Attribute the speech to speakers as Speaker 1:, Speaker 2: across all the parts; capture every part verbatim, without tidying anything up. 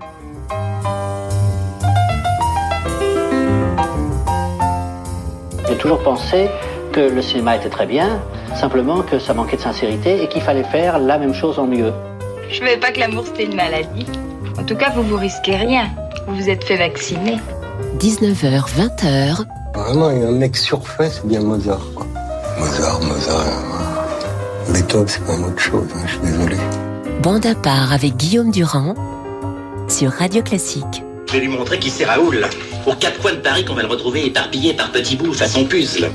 Speaker 1: J'ai toujours pensé que le cinéma était très bien, simplement que ça manquait de sincérité et qu'il fallait faire la même chose en mieux.
Speaker 2: Je savais pas que l'amour c'était une maladie. En tout cas, vous vous risquez rien. Vous vous êtes fait vacciner.
Speaker 3: dix-neuf heures, vingt heures.
Speaker 4: Vraiment, il y a un mec surfait, c'est bien Mozart, quoi. Mozart, Mozart. Euh... Beethoven, c'est quand même autre chose, hein, je suis désolé.
Speaker 3: Bande à part avec Guillaume Durand sur Radio Classique.
Speaker 5: Je vais lui montrer qui c'est Raoul. Aux quatre coins de Paris qu'on va le retrouver éparpillé par petits bouts façon puzzle.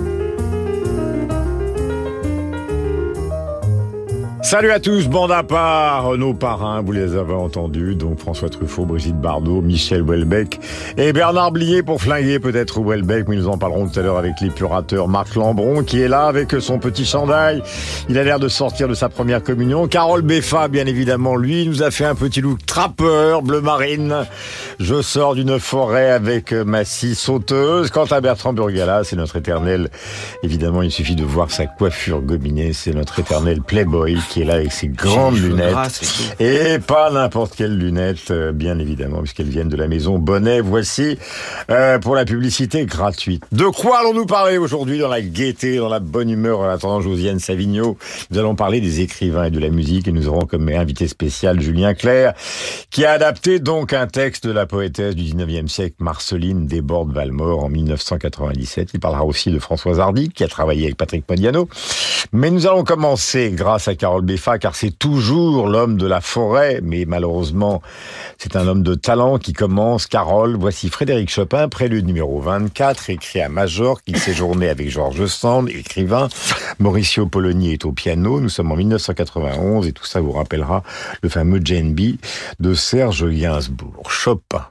Speaker 6: Salut à tous, bande à part, nos parrains, vous les avez entendus, donc François Truffaut, Brigitte Bardot, Michel Houellebecq et Bernard Blier pour flinguer peut-être Houellebecq, mais nous en parlerons tout à l'heure avec l'épurateur Marc Lambron qui est là avec son petit chandail. Il a l'air de sortir de sa première communion. Carole Beffa, bien évidemment, lui, nous a fait un petit look trappeur, bleu marine. Je sors d'une forêt avec ma scie sauteuse. Quant à Bertrand Burgalas, c'est notre éternel, évidemment, il suffit de voir sa coiffure gominée, c'est notre éternel playboy qui est là avec ses grandes lunettes. Grâce, et, et pas n'importe quelles lunettes, euh, bien évidemment, puisqu'elles viennent de la maison Bonnet. Voici euh, pour la publicité gratuite. De quoi allons-nous parler aujourd'hui dans la gaieté, dans la bonne humeur en attendant Josiane Savigno? Nous allons parler des écrivains et de la musique et nous aurons comme invité spécial Julien Clerc qui a adapté donc un texte de la poétesse du dix-neuvième siècle, Marceline Desbordes-Valmore, en mille neuf cent quatre-vingt-dix-sept. Il parlera aussi de Françoise Hardy qui a travaillé avec Patrick Modiano. Mais nous allons commencer grâce à Carole Beffa, car c'est toujours l'homme de la forêt, mais malheureusement, c'est un homme de talent qui commence. Carole, voici Frédéric Chopin, prélude numéro vingt-quatre, écrit à Majorque. Il séjournait avec George Sand, écrivain. Mauricio Poloni est au piano. Nous sommes en mille neuf cent quatre-vingt-onze et tout ça vous rappellera le fameux Jane B de Serge Gainsbourg. Chopin.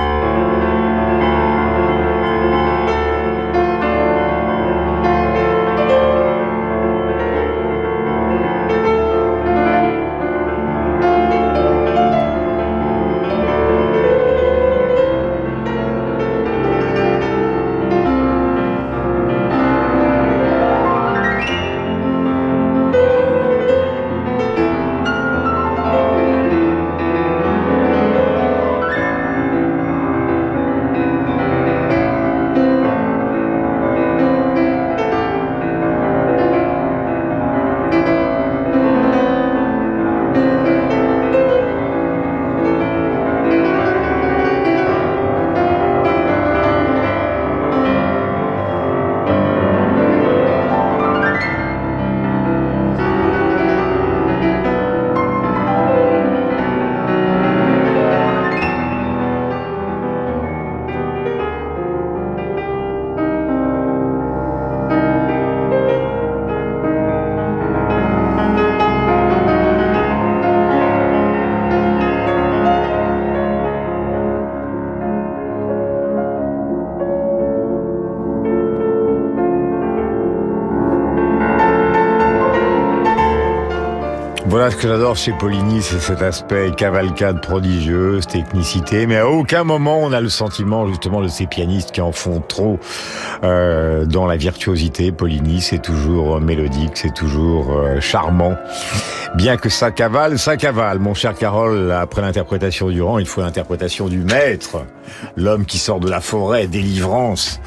Speaker 6: Voilà ce que j'adore chez Poligny, c'est cet aspect cavalcade prodigieuse, technicité, mais à aucun moment on a le sentiment justement de ces pianistes qui en font trop euh, dans la virtuosité. Poligny, c'est toujours mélodique, c'est toujours euh, charmant. Bien que ça cavale, ça cavale. Mon cher Carole, après l'interprétation du rang, il faut l'interprétation du maître, l'homme qui sort de la forêt, délivrance.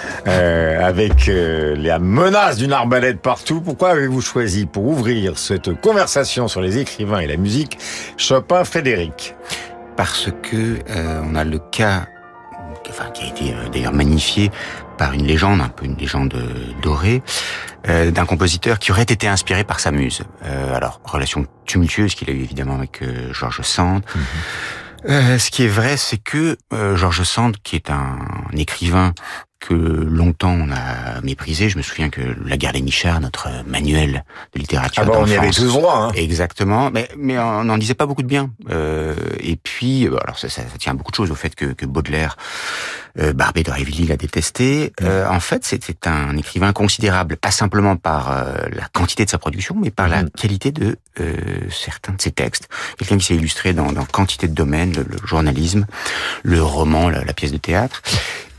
Speaker 6: Euh, avec euh, la menace d'une arbalète partout. Pourquoi avez-vous choisi pour ouvrir cette conversation sur les écrivains et la musique Chopin Frédéric?
Speaker 7: Parce que euh, on a le cas, enfin qui a été euh, d'ailleurs magnifié par une légende, un peu une légende dorée, euh, d'un compositeur qui aurait été inspiré par sa muse. Euh, alors relation tumultueuse qu'il a eu évidemment avec euh, George Sand. Mm-hmm. Euh, ce qui est vrai, c'est que euh, George Sand, qui est un, un écrivain que longtemps on a méprisé. Je me souviens que La Guerre des Nichards, notre manuel de littérature
Speaker 6: ah bah,
Speaker 7: d'enfance.
Speaker 6: On y avait tous droit, hein.
Speaker 7: Exactement, mais mais on n'en disait pas beaucoup de bien. Euh, et puis, alors ça, ça, ça tient à beaucoup de choses, au fait que, que Baudelaire, euh, Barbé d'Aurevilly l'a détesté. Mmh. Euh, en fait, c'était un écrivain considérable, pas simplement par euh, la quantité de sa production, mais par mmh. la qualité de euh, certains de ses textes. Quelqu'un qui s'est illustré dans, dans quantité de domaines, le, le journalisme, le roman, la, la pièce de théâtre.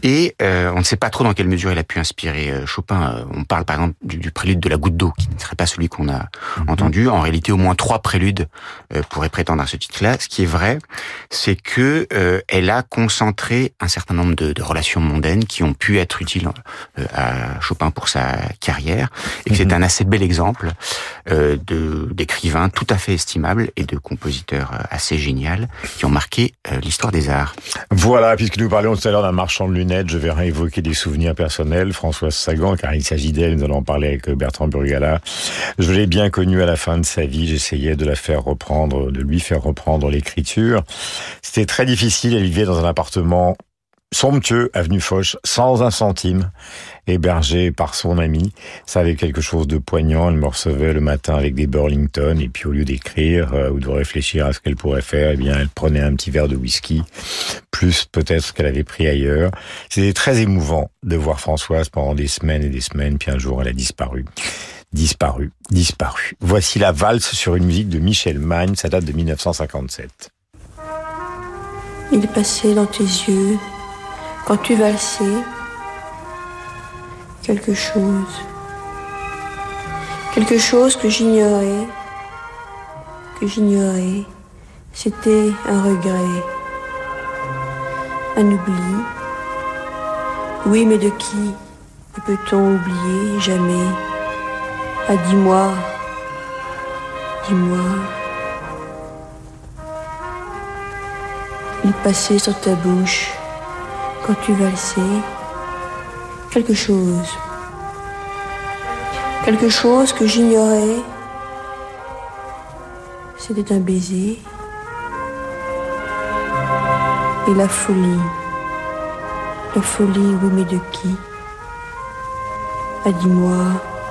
Speaker 7: Et euh, on ne sait pas trop dans quelle mesure il a pu inspirer euh, Chopin. Euh, on parle par exemple du, du prélude de la goutte d'eau, qui ne serait pas celui qu'on a mm-hmm. entendu. En réalité, au moins trois préludes euh, pourraient prétendre à ce titre-là. Ce qui est vrai, c'est que euh, elle a concentré un certain nombre de, de relations mondaines qui ont pu être utiles euh, à Chopin pour sa carrière, et que mm-hmm. c'est un assez bel exemple euh, de d'écrivains tout à fait estimables et de compositeurs assez géniaux qui ont marqué euh, l'histoire des arts.
Speaker 6: Voilà, puisque nous parlions tout à l'heure d'un marchand de lunettes, je vais réévoquer des souvenirs personnels. Françoise Sagan, car il s'agit d'elle, nous allons en parler avec Bertrand Burgala. Je l'ai bien connue à la fin de sa vie, j'essayais de la faire reprendre, de lui faire reprendre l'écriture. C'était très difficile, elle vivait dans un appartement somptueux, avenue Foch, sans un centime, hébergé par son ami. Ça avait quelque chose de poignant. Elle me recevait le matin avec des Burlington, et puis au lieu d'écrire euh, ou de réfléchir à ce qu'elle pourrait faire, eh bien, elle prenait un petit verre de whisky, plus peut-être ce qu'elle avait pris ailleurs. C'était très émouvant de voir Françoise pendant des semaines et des semaines, puis un jour elle a disparu. Disparu, disparu. Voici la valse sur une musique de Michel Magne, ça date de mille neuf cent cinquante-sept.
Speaker 8: Il passait dans tes yeux, quand tu valsais, quelque chose, quelque chose que j'ignorais, que j'ignorais, c'était un regret, un oubli. Oui, mais de qui peut-on oublier jamais? Ah, dis-moi, dis-moi. Il passait sur ta bouche, quand tu valsais, quelque chose, quelque chose que j'ignorais, c'était un baiser, et la folie, la folie, oui, mais de qui? Ah, dis-moi.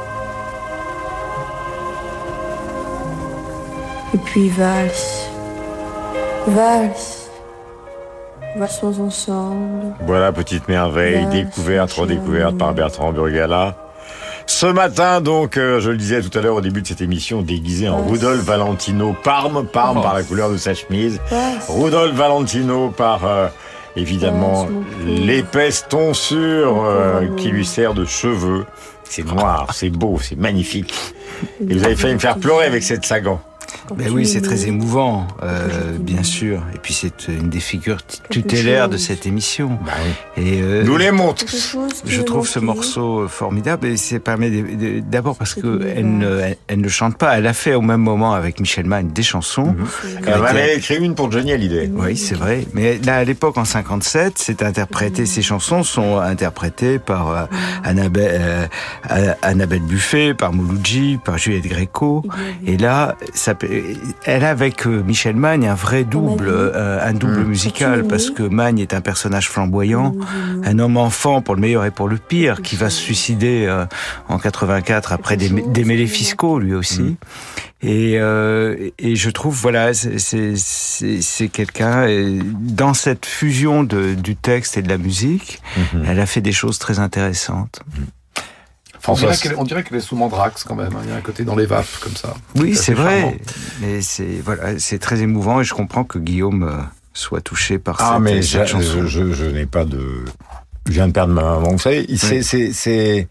Speaker 8: Et puis valse, valse. Valsons ensemble.
Speaker 6: Voilà, petite merveille,
Speaker 8: Valse,
Speaker 6: découverte, redécouverte par Bertrand Burgala. Ce matin, donc, euh, je le disais tout à l'heure au début de cette émission, déguisé en Valse. Rudolph Valentino, Parme, Parme oh. par la couleur de sa chemise. Valse. Rudolph Valentino par, euh, évidemment, Valse, l'épaisse tonsure euh, qui lui sert de cheveux. C'est noir, c'est beau, c'est magnifique. Et vous avez failli me faire pleurer avec cette Sagan.
Speaker 9: Ben oui, c'est très émouvant, euh, bien sûr. Et puis c'est une des figures tutélaires de cette émission.
Speaker 6: Bah oui.
Speaker 9: Et euh,
Speaker 6: nous l'aimons tous.
Speaker 9: Je trouve ce morceau formidable, et c'est permet d'abord parce que elle ne, elle, elle ne chante pas. Elle a fait au même moment avec Michel Magne des chansons.
Speaker 6: Mm-hmm. Elle en avait écrit une pour Johnny Hallyday.
Speaker 9: Oui, c'est vrai. Mais là, à l'époque, en cinquante-sept, c'est interprété. Ces chansons sont interprétées par euh, Annabelle, euh, Annabelle Buffet, par Mouloudji, par Juliette Gréco. Et là, ça elle a avec Michel Magne un vrai double, euh, un double mmh. musical, parce que Magne est un personnage flamboyant, mmh. un homme enfant pour le meilleur et pour le pire, qui va se suicider euh, en quatre-vingt-quatre après des démêlés fiscaux lui aussi. Mmh. Et, euh, et je trouve, voilà, c'est, c'est, c'est, c'est quelqu'un, dans cette fusion de, du texte et de la musique, mmh. elle a fait des choses très intéressantes. Mmh.
Speaker 10: On dirait, qu'elle, on dirait qu'elle est sous Mandrax quand même. Hein. Il y a un côté dans les vapes comme ça.
Speaker 9: Oui, c'est vrai. Charmant. Mais c'est voilà, c'est très émouvant, et je comprends que Guillaume euh, soit touché par ah, cette,
Speaker 6: ah mais
Speaker 9: cette
Speaker 6: je,
Speaker 9: chanson.
Speaker 6: Je, je, je n'ai pas de. Je viens de perdre ma maman. Vous savez, oui. c'est, c'est, c'est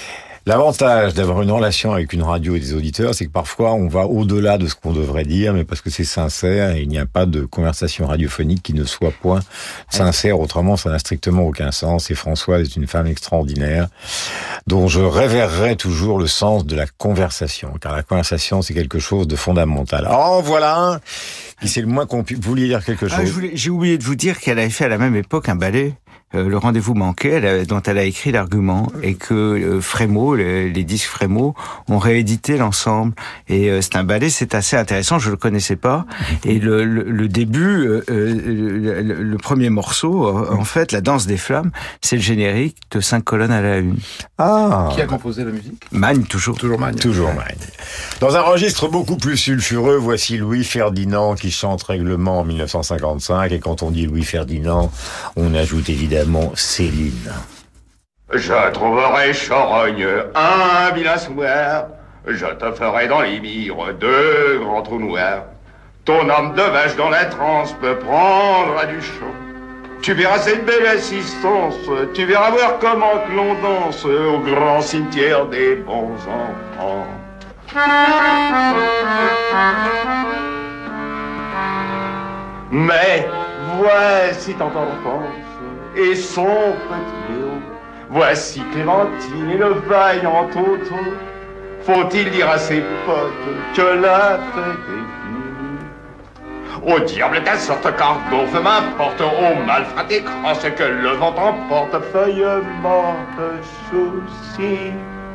Speaker 6: l'avantage d'avoir une relation avec une radio et des auditeurs, c'est que parfois on va au-delà de ce qu'on devrait dire, mais parce que c'est sincère, et il n'y a pas de conversation radiophonique qui ne soit point sincère. Autrement, ça n'a strictement aucun sens. Et Françoise est une femme extraordinaire, dont je révérerai toujours le sens de la conversation, car la conversation, c'est quelque chose de fondamental. Oh, voilà un qui c'est le moins qu'on puisse. Vous vouliez dire quelque chose?
Speaker 9: Ah, je voulais, j'ai oublié de vous dire qu'elle avait fait à la même époque un ballet, euh, Le Rendez-vous manqué, elle a, dont elle a écrit l'argument, et que euh, Frémaux, les, les disques Frémaux, ont réédité l'ensemble. Et euh, c'est un ballet, c'est assez intéressant, je le connaissais pas. Et le, le, le début, euh, le, le, le premier morceau, en fait, La Danse des Flammes, c'est le générique de Cinq colonnes à la une.
Speaker 10: Ah. Qui a composé la musique?
Speaker 9: Magne, toujours.
Speaker 10: Toujours Magne.
Speaker 6: Toujours Magne. Dans un registre beaucoup plus sulfureux, voici Louis Ferdinand qui chante Règlement en mille neuf cent cinquante-cinq. Et quand on dit Louis Ferdinand, on ajoute évidemment Céline.
Speaker 11: Je trouverai Chorogne un vilain soir, je te ferai dans les mires deux grands trous noirs. Ton homme de vache dans la transe peut prendre à du chaud. Tu verras cette belle assistance, tu verras voir comment que l'on danse au grand cimetière des bons enfants. Mais voici tant d'enfance et son petit Léo. Voici Clémentine et le vaillant Toto. Faut-il dire à ses potes que la fête est finie? Au diable ta sorte cargo, feu m'importe, au malfrat écran, ce que le vent emporte, feuille morte, souci.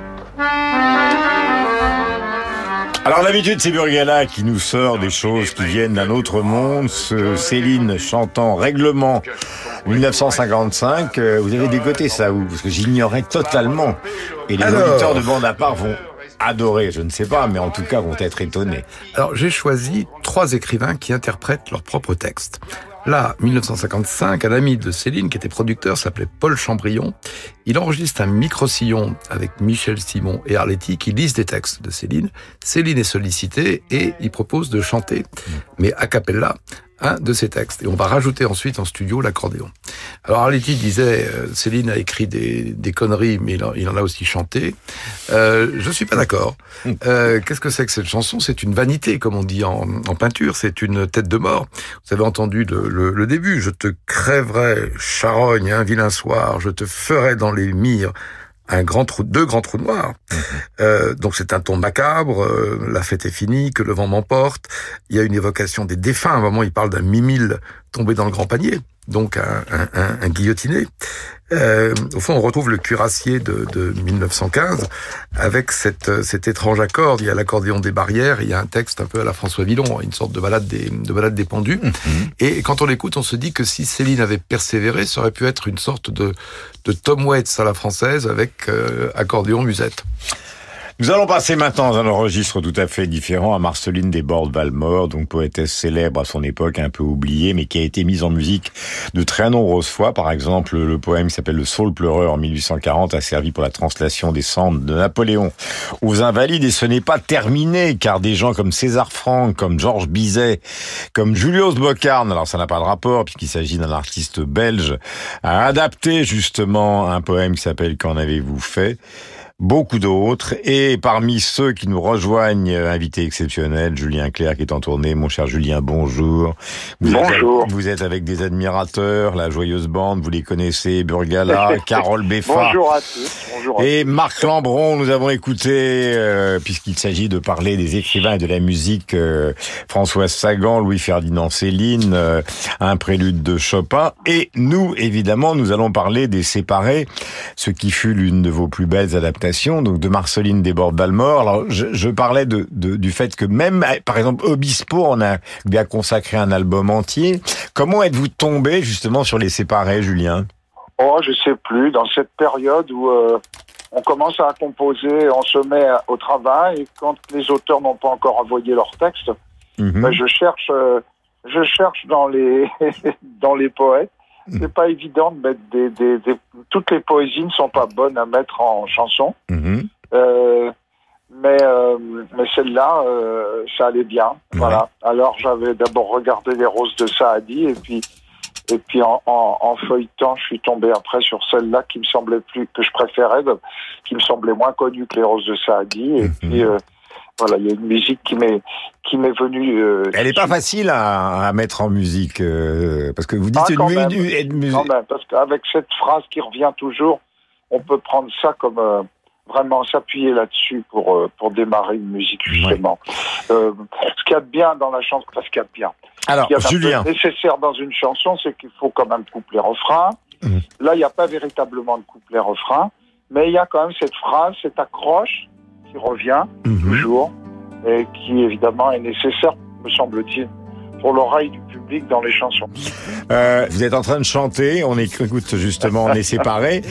Speaker 6: Alors d'habitude c'est Burgala qui nous sort des choses qui viennent d'un autre monde. Ce Céline chantant Règlement dix-neuf cent cinquante-cinq, vous avez dégoté ça où? Parce que j'ignorais totalement. Et les
Speaker 10: Alors...
Speaker 6: auditeurs de Bande à part vont adorer, je ne sais pas, mais en tout cas vont être étonnés.
Speaker 10: Alors j'ai choisi trois écrivains qui interprètent leurs propres textes. Là, dix-neuf cent cinquante-cinq, un ami de Céline, qui était producteur, s'appelait Paul Chambrion. Il enregistre un micro-sillon avec Michel Simon et Arletty qui lisent des textes de Céline. Céline est sollicitée et il propose de chanter, mais a cappella, un de ses textes. Et on va rajouter ensuite en studio l'accordéon. Alors Arletty disait, euh, Céline a écrit des, des conneries, mais il en, il en a aussi chanté. Euh, je suis pas d'accord. Euh, qu'est-ce que c'est que cette chanson? C'est une vanité, comme on dit en, en peinture. C'est une tête de mort. Vous avez entendu le, le, le début. Je te crèverai, charogne, un vilain soir. Je te ferai dans les mires un grand trou, deux grands trous noirs. Mmh. Euh, donc c'est un ton macabre, euh, la fête est finie, que le vent m'emporte. Il y a une évocation des défunts. À un moment, il parle d'un mimile tombé dans le grand panier, donc un, un, un, un guillotiné. Euh, au fond, on retrouve le cuirassier de, de dix-neuf cent quinze avec cette, cet étrange accord. Il y a l'accordéon des barrières, il y a un texte un peu à la François Villon, une sorte de balade des, de balade des pendus. Mmh. Et quand on l'écoute, on se dit que si Céline avait persévéré, ça aurait pu être une sorte de, de Tom Waits à la française avec euh, accordéon musette.
Speaker 6: Nous allons passer maintenant dans un registre tout à fait différent à Marceline Desbordes-Valmore, donc poétesse célèbre à son époque, un peu oubliée, mais qui a été mise en musique de très nombreuses fois. Par exemple, le poème qui s'appelle Le Saule pleureur en mille huit cent quarante a servi pour la translation des cendres de Napoléon aux Invalides, et ce n'est pas terminé, car des gens comme César Franck, comme Georges Bizet, comme Julius Bocarn, alors ça n'a pas de rapport puisqu'il s'agit d'un artiste belge, a adapté justement un poème qui s'appelle Qu'en avez-vous fait ? Beaucoup d'autres, et parmi ceux qui nous rejoignent, invité exceptionnel, Julien Clerc qui est en tournée. Mon cher Julien, bonjour. Vous
Speaker 12: bonjour.
Speaker 6: Êtes, vous êtes avec des admirateurs, la Joyeuse Bande, vous les connaissez, Burgala, Carole Beffa.
Speaker 12: Bonjour à tous. Bonjour à
Speaker 6: et
Speaker 12: tous.
Speaker 6: Marc Lambron, nous avons écouté, euh, puisqu'il s'agit de parler des écrivains et de la musique, euh, Françoise Sagan, Louis-Ferdinand Céline, euh, un prélude de Chopin, et nous, évidemment, nous allons parler des Séparés, ce qui fut l'une de vos plus belles adaptations, donc de Marceline Desbordes-Valmore. Alors, je, je parlais de, de, du fait que même, par exemple, Obispo, on a bien consacré un album entier. Comment êtes-vous tombé justement sur les Séparés, Julien?
Speaker 12: Oh, je sais plus. Dans cette période où euh, on commence à composer, on se met au travail, et quand les auteurs n'ont pas encore envoyé leur texte, mm-hmm. ben je cherche, euh, je cherche dans les dans les poètes. C'est pas évident de mettre des, des, des... Toutes les poésies ne sont pas bonnes à mettre en chanson. Mmh. Euh, mais euh, mais celle-là, euh, ça allait bien. Mmh. Voilà. Alors j'avais d'abord regardé Les Roses de Saadi, et puis et puis en, en, en feuilletant, je suis tombé après sur celle-là qui me semblait plus, que je préférais, qui me semblait moins connue que Les Roses de Saadi. Et mmh. puis euh, voilà, il y a une musique qui m'est qui m'est venue. Euh,
Speaker 6: Elle est pas facile à, à mettre en musique euh, parce que vous dites
Speaker 12: ah,
Speaker 6: une,
Speaker 12: même,
Speaker 6: une, une musique.
Speaker 12: Quand même, parce qu'avec cette phrase qui revient toujours, on peut prendre ça comme euh, vraiment s'appuyer là-dessus pour euh, pour démarrer une musique justement. Ouais. Euh, ce qu'il y a de bien dans la chanson, parce qu'il y a de bien.
Speaker 6: Alors,
Speaker 12: ce qu'il y a
Speaker 6: Julien,
Speaker 12: nécessaire dans une chanson, c'est qu'il faut quand même couplet-refrain. Mmh. Là, il n'y a pas véritablement de couplet-refrain, mais il y a quand même cette phrase, cette accroche qui revient mmh. toujours, et qui évidemment est nécessaire, me semble-t-il, pour l'oreille du public dans les chansons.
Speaker 6: Euh, vous êtes en train de chanter, on écoute justement, on est séparés,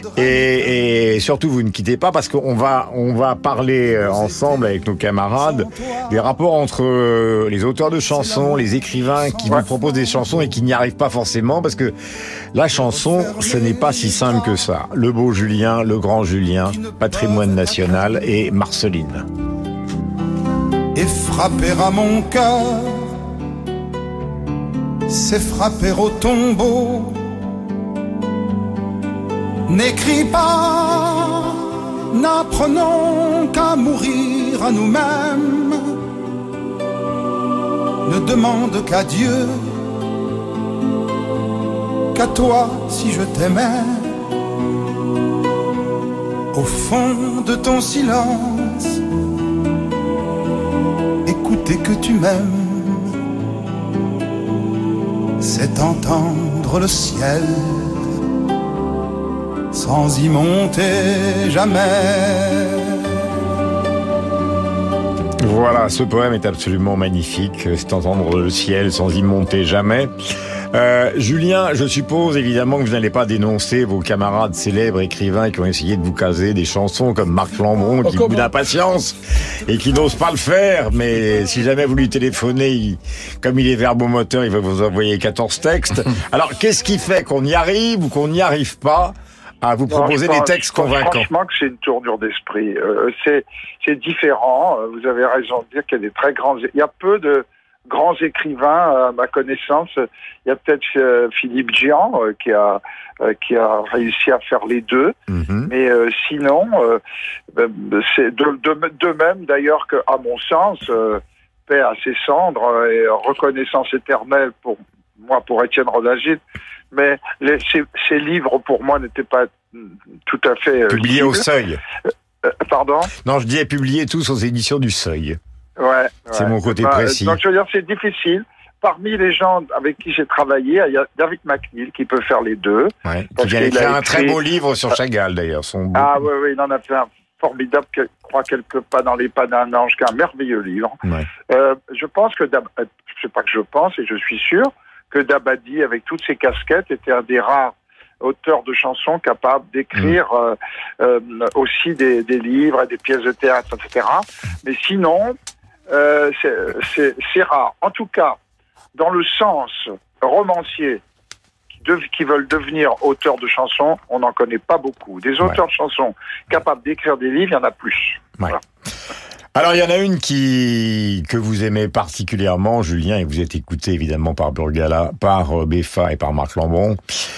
Speaker 6: et, et surtout vous ne quittez pas parce qu'on va on va parler ensemble avec nos camarades des rapports entre les auteurs de chansons, les écrivains qui vous proposent des chansons et qui n'y arrivent pas forcément, parce que la chanson, ce n'est pas si simple que ça. Le beau Julien, le grand Julien, patrimoine national, et Marceline.
Speaker 13: Et frapper à mon cœur, c'est frapper au tombeau N'écris pas, n'apprenons qu'à mourir à nous-mêmes. Ne demande qu'à Dieu, qu'à toi si je t'aimais. Au fond de ton silence, écouter que tu m'aimes, c'est entendre le ciel sans y monter jamais.
Speaker 6: Voilà, ce poème est absolument magnifique. C'est entendre le ciel sans y monter jamais. Euh, Julien, je suppose évidemment que vous n'allez pas dénoncer vos camarades célèbres écrivains qui ont essayé de vous caser des chansons comme Marc Lambron qui
Speaker 10: oh,
Speaker 6: bout d'impatience et qui n'ose pas le faire, mais si jamais vous lui téléphonez, il, comme il est verbomoteur, il va vous envoyer quatorze textes. Alors, qu'est-ce qui fait qu'on y arrive ou qu'on n'y arrive pas à vous proposer
Speaker 12: non,
Speaker 6: des
Speaker 12: pense,
Speaker 6: textes convaincants?
Speaker 12: Franchement que c'est une tournure d'esprit. Euh, c'est, c'est différent. Vous avez raison de dire qu'il y a des très grands... Il y a peu de grands écrivains, à ma connaissance. Il y a peut-être euh, Philippe Gian euh, qui a euh, qui a réussi à faire les deux. Mm-hmm. Mais euh, sinon, euh, c'est de, de, de même d'ailleurs que, à mon sens, euh, paix à ses cendres et reconnaissance éternelle pour moi, pour Étienne Rodagil. Mais les, ces, ces livres, pour moi, n'étaient pas tout à fait... Euh,
Speaker 6: publiés au Seuil.
Speaker 12: Euh, pardon ?
Speaker 6: Non, je disais publiés tous aux éditions du Seuil.
Speaker 12: Ouais. ouais.
Speaker 6: C'est mon côté
Speaker 12: bah,
Speaker 6: précis.
Speaker 12: Donc, je veux dire, c'est difficile. Parmi les gens avec qui j'ai travaillé, il y a David McNeill qui peut faire les deux.
Speaker 6: Ouais, qui vient d'écrire un très beau livre sur Chagall, d'ailleurs. Son beau...
Speaker 12: Ah oui, oui, il en a fait un formidable, je crois, quelques pas dans les pas d'un ange, qui est un merveilleux livre.
Speaker 6: Ouais.
Speaker 12: Euh, je pense que... Dab... Je sais pas que je pense, et je suis sûr... que Dabadi, avec toutes ses casquettes, était un des rares auteurs de chansons capables d'écrire mmh. euh, euh, aussi des, des livres et des pièces de théâtre, et cetera. Mais sinon, euh, c'est, c'est, c'est rare. En tout cas, dans le sens romancier qui, de, qui veulent devenir auteurs de chansons, on n'en connaît pas beaucoup. Des auteurs ouais. de chansons capables d'écrire des livres, il y en a plus.
Speaker 6: Ouais.
Speaker 12: Voilà.
Speaker 6: Alors, il y en a une qui que vous aimez particulièrement, Julien, et vous êtes écouté évidemment par Burgala, par Beffa et par Marc Lambron,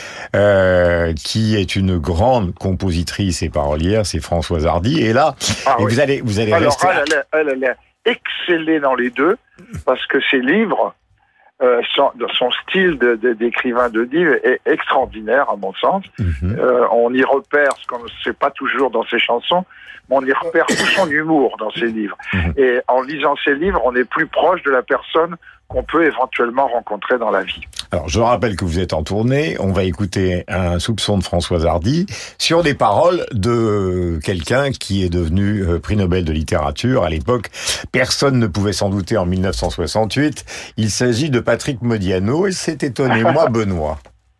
Speaker 6: euh, qui est une grande compositrice et parolière, c'est Françoise Hardy. Et là,
Speaker 12: ah,
Speaker 6: et
Speaker 12: oui.
Speaker 6: vous allez, vous allez
Speaker 12: Alors,
Speaker 6: rester...
Speaker 12: Elle, elle, elle, elle a excellé dans les deux, parce que ses livres, euh, son, son style de, de, d'écrivain de livres est extraordinaire, à mon sens. Mm-hmm. Euh, on y repère ce qu'on ne sait pas toujours dans ses chansons, mais on y repère tout son humour dans ses livres. Mmh. Et en lisant ses livres, on est plus proche de la personne qu'on peut éventuellement rencontrer dans la vie.
Speaker 6: Alors, je rappelle que vous êtes en tournée. On va écouter un soupçon de Françoise Hardy sur des paroles de quelqu'un qui est devenu euh, prix Nobel de littérature. À l'époque, personne ne pouvait s'en douter en dix-neuf cent soixante-huit. Il s'agit de Patrick Modiano et c'est étonné, moi, Benoît.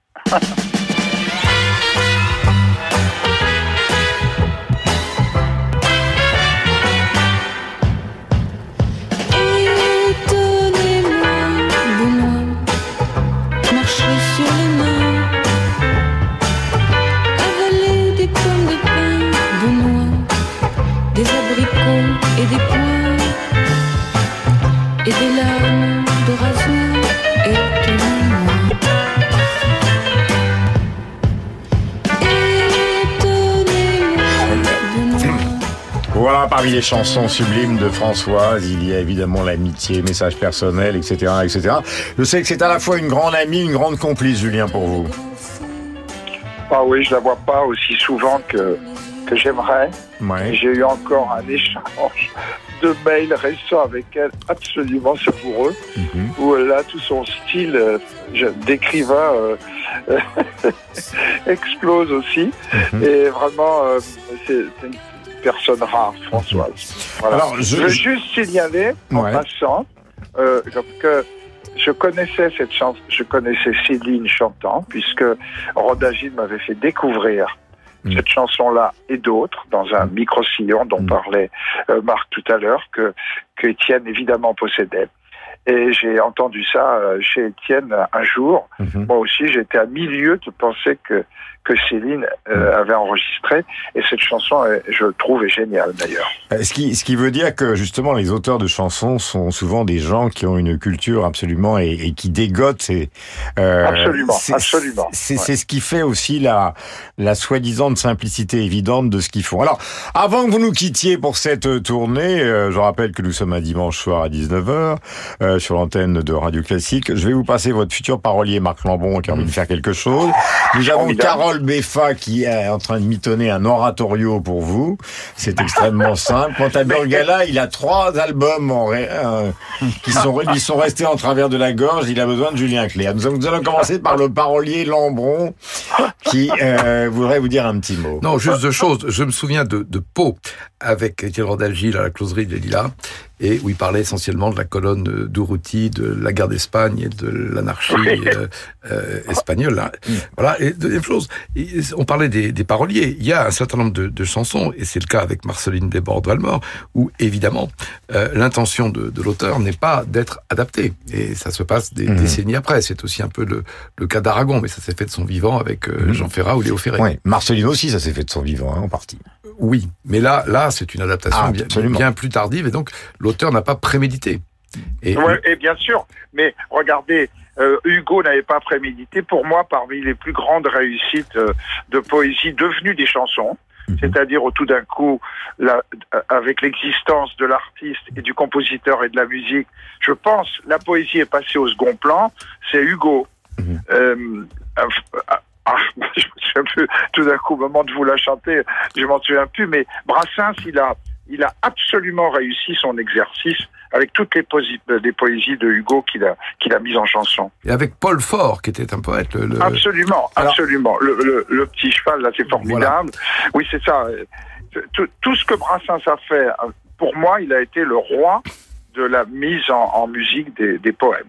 Speaker 6: Voilà, parmi les chansons sublimes de Françoise, il y a évidemment l'amitié, message personnel, et cetera, et cetera. Je sais que c'est à la fois une grande amie, une grande complice, Julien, pour vous.
Speaker 12: Ah oui, je la vois pas aussi souvent que, que j'aimerais.
Speaker 6: Ouais.
Speaker 12: J'ai eu encore un échange de mails récents avec elle, absolument savoureux, mm-hmm. où elle a tout son style euh, d'écrivain euh, explose aussi. Mm-hmm. Et vraiment, euh, c'est, c'est une personne rare, Françoise. Voilà. Alors, je... je veux juste signaler, en ouais. passant, euh, que je connaissais cette chanson, je connaissais Céline chantant, puisque Rodagil m'avait fait découvrir mmh. cette chanson-là et d'autres dans un micro-sillon dont mmh. parlait euh, Marc tout à l'heure, que, que Étienne évidemment possédait. Et j'ai entendu ça chez Étienne un jour. Mm-hmm. Moi aussi, j'étais à milieu de penser que que Céline euh, avait enregistré. Et cette chanson, je trouve, est géniale d'ailleurs.
Speaker 6: Ce qui, ce qui veut dire que justement, les auteurs de chansons sont souvent des gens qui ont une culture absolument et, et qui dégotent. C'est, euh,
Speaker 12: absolument,
Speaker 6: c'est,
Speaker 12: absolument.
Speaker 6: C'est,
Speaker 12: ouais.
Speaker 6: c'est ce qui fait aussi la, la soi-disant simplicité évidente de ce qu'ils font. Alors, avant que vous nous quittiez pour cette tournée, euh, je rappelle que nous sommes un dimanche soir à dix-neuf heures euh, sur l'antenne de Radio Classique. Je vais vous passer votre futur parolier Marc Lambron qui a envie de faire quelque chose. Nous avons Carole Beffa qui est en train de mitonner un oratorio pour vous. C'est extrêmement simple. Quant à Burgala, il a trois albums en ré... euh, qui sont ils sont restés en travers de la gorge. Il a besoin de Julien Clerc. Nous allons commencer par le parolier Lambron qui euh, voudrait vous dire un petit mot.
Speaker 10: Non, juste deux choses. Je me souviens de, de Pau avec Étienne Rodalgil à la closerie des Lilas, et où il parlait essentiellement de la colonne d'Urruti, de la guerre d'Espagne et de l'anarchie oui. euh, euh, espagnole. Hein. Mm. Voilà. Et deuxième chose, on parlait des, des paroliers. Il y a un certain nombre de, de chansons, et c'est le cas avec Marceline Desbordes-Valmore, où évidemment euh, l'intention de, de l'auteur n'est pas d'être adaptée, et ça se passe des mm. décennies après. C'est aussi un peu le, le cas d'Aragon, mais ça s'est fait de son vivant avec euh, mm. Jean Ferrat ou Léo Ferré.
Speaker 6: Oui. Marceline aussi, ça s'est fait de son vivant, hein, en partie.
Speaker 10: Oui, mais là, là, c'est une adaptation ah, bien, bien plus tardive, et donc l'auteur n'a pas prémédité.
Speaker 12: Et, ouais, et bien sûr, mais regardez, euh, Hugo n'avait pas prémédité. Pour moi, parmi les plus grandes réussites euh, de poésie devenues des chansons, mm-hmm. c'est-à-dire où tout d'un coup, la, avec l'existence de l'artiste et du compositeur et de la musique, je pense, la poésie est passée au second plan. C'est Hugo. Mm-hmm. Euh, euh, Ah, je me souviens plus, tout d'un coup, au moment de vous la chanter, je m'en souviens plus, mais Brassens, il a, il a absolument réussi son exercice avec toutes les, posi- les poésies de Hugo qu'il a, qu'il a mises en chanson.
Speaker 10: Et avec Paul Fort, qui était un poète. Le, le...
Speaker 12: Absolument, Alors... absolument. Le, le, le petit cheval, là, c'est formidable. Voilà. Oui, c'est ça. Tout, tout ce que Brassens a fait, pour moi, il a été le roi de la mise en, en musique des, des poèmes.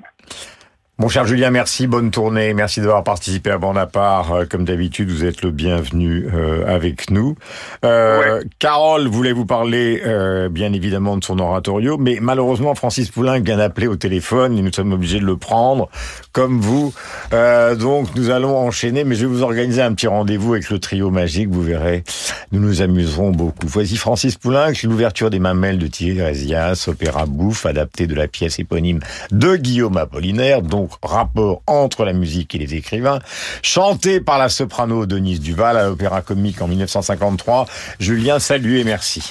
Speaker 6: Mon cher Julien, merci, bonne tournée, merci d'avoir participé à Bande à part. Comme d'habitude, vous êtes le bienvenu euh, avec nous. Euh, ouais. Carole voulait vous parler, euh, bien évidemment, de son oratorio, mais malheureusement, Francis Poulenc vient d'appeler au téléphone et nous sommes obligés de le prendre, comme vous. Euh, donc, nous allons enchaîner, mais je vais vous organiser un petit rendez-vous avec le trio magique, vous verrez. Nous nous amuserons beaucoup. Voici Francis Poulenc, l'ouverture des Mamelles de Thierry Rézias, opéra bouffe, adapté de la pièce éponyme de Guillaume Apollinaire, donc rapport entre la musique et les écrivains, chanté par la soprano Denise Duval à l'Opéra Comique en dix-neuf cent cinquante-trois. Julien, salut et merci.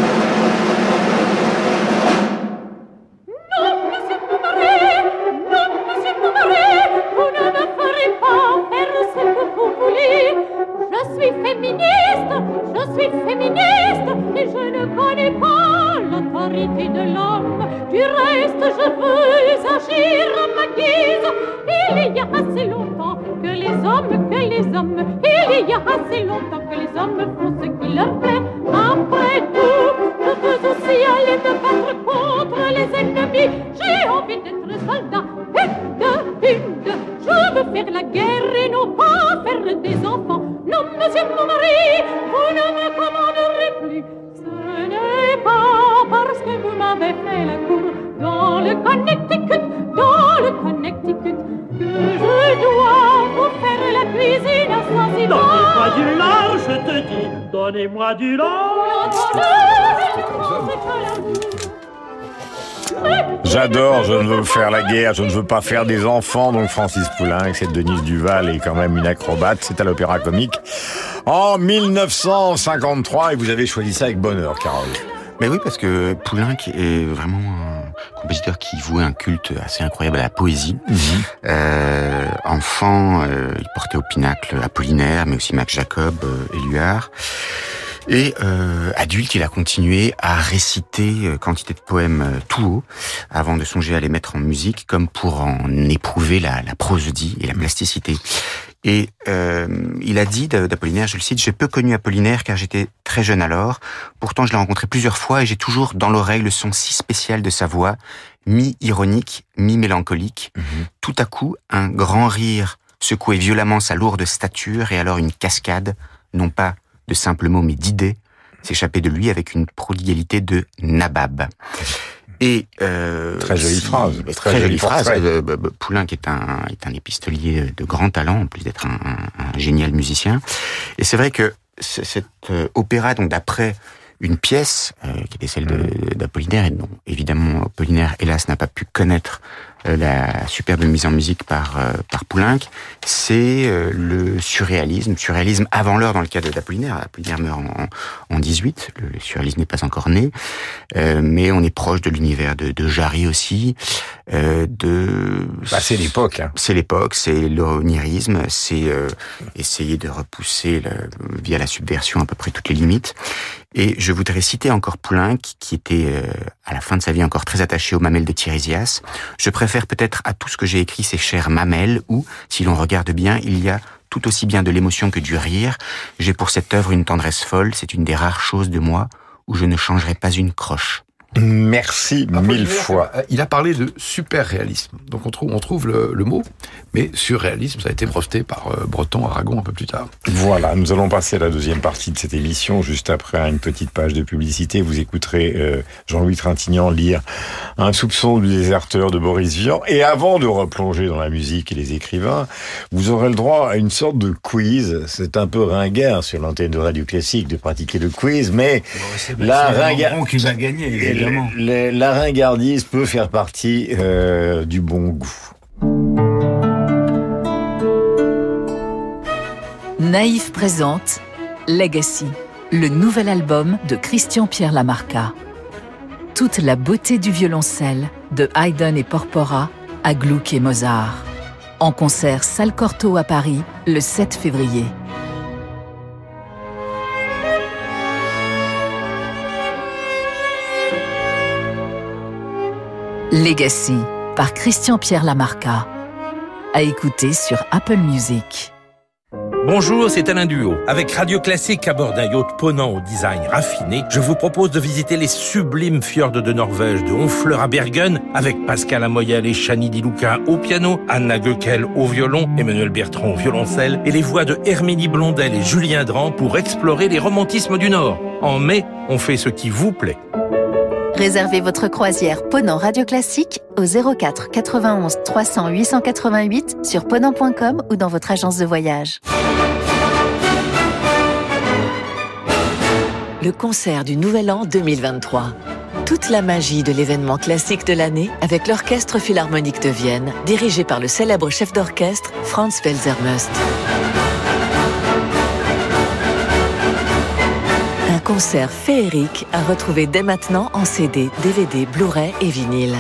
Speaker 14: Donnez-moi du lard.
Speaker 6: J'adore, je ne veux faire la guerre, je ne veux pas faire des enfants, donc Francis Poulenc, cette Denise Duval est quand même une acrobate, c'est à l'Opéra Comique en dix-neuf cent cinquante-trois, et vous avez choisi ça avec bonheur, Carole.
Speaker 7: Mais oui, parce que Poulenc est vraiment un compositeur qui vouait un culte assez incroyable à la poésie. Mmh. Euh, enfant, euh, il portait au pinacle Apollinaire, mais aussi Max Jacob, euh, Éluard. Et euh, adulte, il a continué à réciter euh, quantité de poèmes euh, tout haut, avant de songer à les mettre en musique, comme pour en éprouver la, la prosodie et la plasticité. Et euh, il a dit d'Apollinaire, je le cite, « J'ai peu connu Apollinaire car j'étais très jeune alors. Pourtant, je l'ai rencontré plusieurs fois et j'ai toujours dans l'oreille le son si spécial de sa voix, mi-ironique, mi-mélancolique. Mmh. Tout à coup, un grand rire secouait violemment sa lourde stature et alors une cascade, non pas de simples mots mais d'idées, s'échappait de lui avec une prodigalité de nabab. » Et euh,
Speaker 6: très jolie
Speaker 7: si,
Speaker 6: phrase,
Speaker 7: très,
Speaker 6: très
Speaker 7: jolie
Speaker 6: jolie
Speaker 7: phrase.
Speaker 6: portrait.
Speaker 7: Euh, Poulenc est un est un épistolier de grand talent, en plus d'être un, un, un génial musicien. Et c'est vrai que cet euh, opéra, donc d'après une pièce euh, qui était celle de, d'Apollinaire, et dont évidemment Apollinaire, hélas, n'a pas pu connaître euh, la superbe mise en musique par euh, par Poulenc, c'est euh, le surréalisme, surréalisme avant l'heure dans le cas d'Apollinaire. Apollinaire meurt en, en dix-huit, le, le surréalisme n'est pas encore né, euh, mais on est proche de l'univers de, de Jarry aussi, euh, de...
Speaker 6: Bah, c'est l'époque. Hein.
Speaker 7: C'est l'époque, c'est l'onirisme, c'est euh, essayer de repousser le, via la subversion à peu près toutes les limites. Et je voudrais citer encore Poulenc, qui était euh, à la fin de sa vie encore très attaché aux mamelles de Tiresias. Je préfère peut-être à tout ce que j'ai écrit ces chères mamelles où, si l'on regarde bien, il y a tout aussi bien de l'émotion que du rire. J'ai pour cette œuvre une tendresse folle, c'est une des rares choses de moi où je ne changerai pas une croche.
Speaker 6: Merci mille fois.
Speaker 10: Il a parlé de super-réalisme. Donc on trouve, on trouve le, le mot, mais surréalisme, ça a été breveté par euh, Breton, Aragon un peu plus tard.
Speaker 6: Voilà, nous allons passer à la deuxième partie de cette émission. Juste après une petite page de publicité, vous écouterez euh, Jean-Louis Trintignant lire Un soupçon du déserteur de Boris Vian. Et avant de replonger dans la musique et les écrivains, vous aurez le droit à une sorte de quiz. C'est un peu ringard sur l'antenne de Radio Classique de pratiquer le quiz, mais
Speaker 9: bon,
Speaker 6: la ringard
Speaker 9: qui va gagner, évidemment.
Speaker 6: Le, la ringardise peut faire partie euh, du bon goût.
Speaker 15: Naïf présente Legacy, le nouvel album de Christian-Pierre Lamarca. Toute la beauté du violoncelle, de Haydn et Porpora à Gluck et Mozart. En concert Salle Cortot à Paris, le sept février. Legacy, par Christian-Pierre Lamarca. À écouter sur Apple Music.
Speaker 16: Bonjour, c'est Alain Duhaut. Avec Radio Classique à bord d'un yacht ponant au design raffiné, je vous propose de visiter les sublimes fjords de Norvège, de Honfleur à Bergen, avec Pascal Amoyel et Chani Di Luca au piano, Anna Goeckel au violon, Emmanuel Bertrand au violoncelle, et les voix de Herminie Blondel et Julien Dran pour explorer les romantismes du Nord. En mai, on fait ce qui vous plaît.
Speaker 17: Réservez votre croisière Ponant Radio Classique au zéro quatre quatre-vingt-onze trois cents huit cent quatre-vingt-huit sur ponant point com ou dans votre agence de voyage.
Speaker 18: Le concert du Nouvel An deux mille vingt-trois. Toute la magie de l'événement classique de l'année avec l'Orchestre Philharmonique de Vienne, dirigé par le célèbre chef d'orchestre Franz Welser-Möst. Un concert féerique à retrouver dès maintenant en C D, D V D, Blu-ray et vinyle.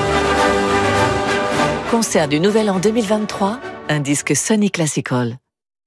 Speaker 18: Concert du Nouvel An deux mille vingt-trois, un disque Sony Classical.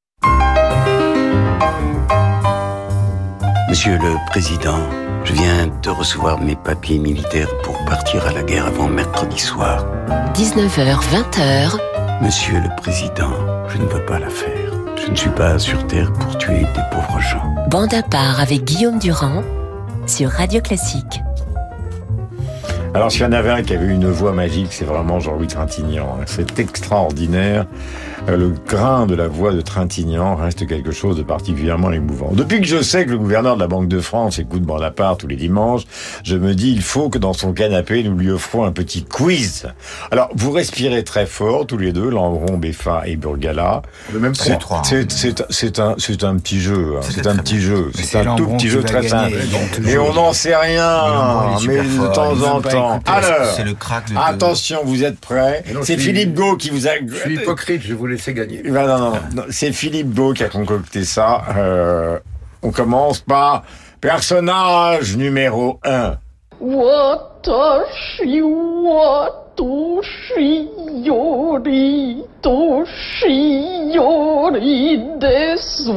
Speaker 19: Monsieur le Président, je viens de recevoir mes papiers militaires pour partir à la guerre avant mercredi soir.
Speaker 3: dix-neuf heures, vingt heures.
Speaker 19: Monsieur le Président, je ne veux pas la faire. Je ne suis pas sur Terre pour tuer des pauvres gens.
Speaker 3: Bande à part avec Guillaume Durand sur Radio Classique.
Speaker 6: Alors, s'il y en avait un qui avait une voix magique, c'est vraiment Jean-Louis Trintignant. C'est extraordinaire. Le grain de la voix de Trintignant reste quelque chose de particulièrement émouvant. Depuis que je sais que le gouverneur de la Banque de France écoute Bonaparte tous les dimanches, je me dis, il faut que dans son canapé, nous lui offrons un petit quiz. Alors, vous respirez très fort, tous les deux, Lambron, Beffa et Burgala.
Speaker 10: Le même
Speaker 6: c'est,
Speaker 10: trois.
Speaker 6: C'est, c'est, c'est, un, c'est un petit jeu. Hein. C'est un petit bien. jeu. C'est, c'est un tout petit jeu très simple. Et on n'en sait rien. Mais de temps en temps. Alors,
Speaker 7: c'est le crack de
Speaker 6: attention, vous êtes prêts?
Speaker 10: Non,
Speaker 6: c'est
Speaker 10: suis,
Speaker 6: Philippe Gau qui vous a...
Speaker 10: Je suis hypocrite, je vous laisser gagner.
Speaker 6: Ben non, non, non, c'est Philippe Gau qui a concocté ça. Euh, on commence par personnage numéro un.
Speaker 14: Watashi watoshi yori toshi yori desu.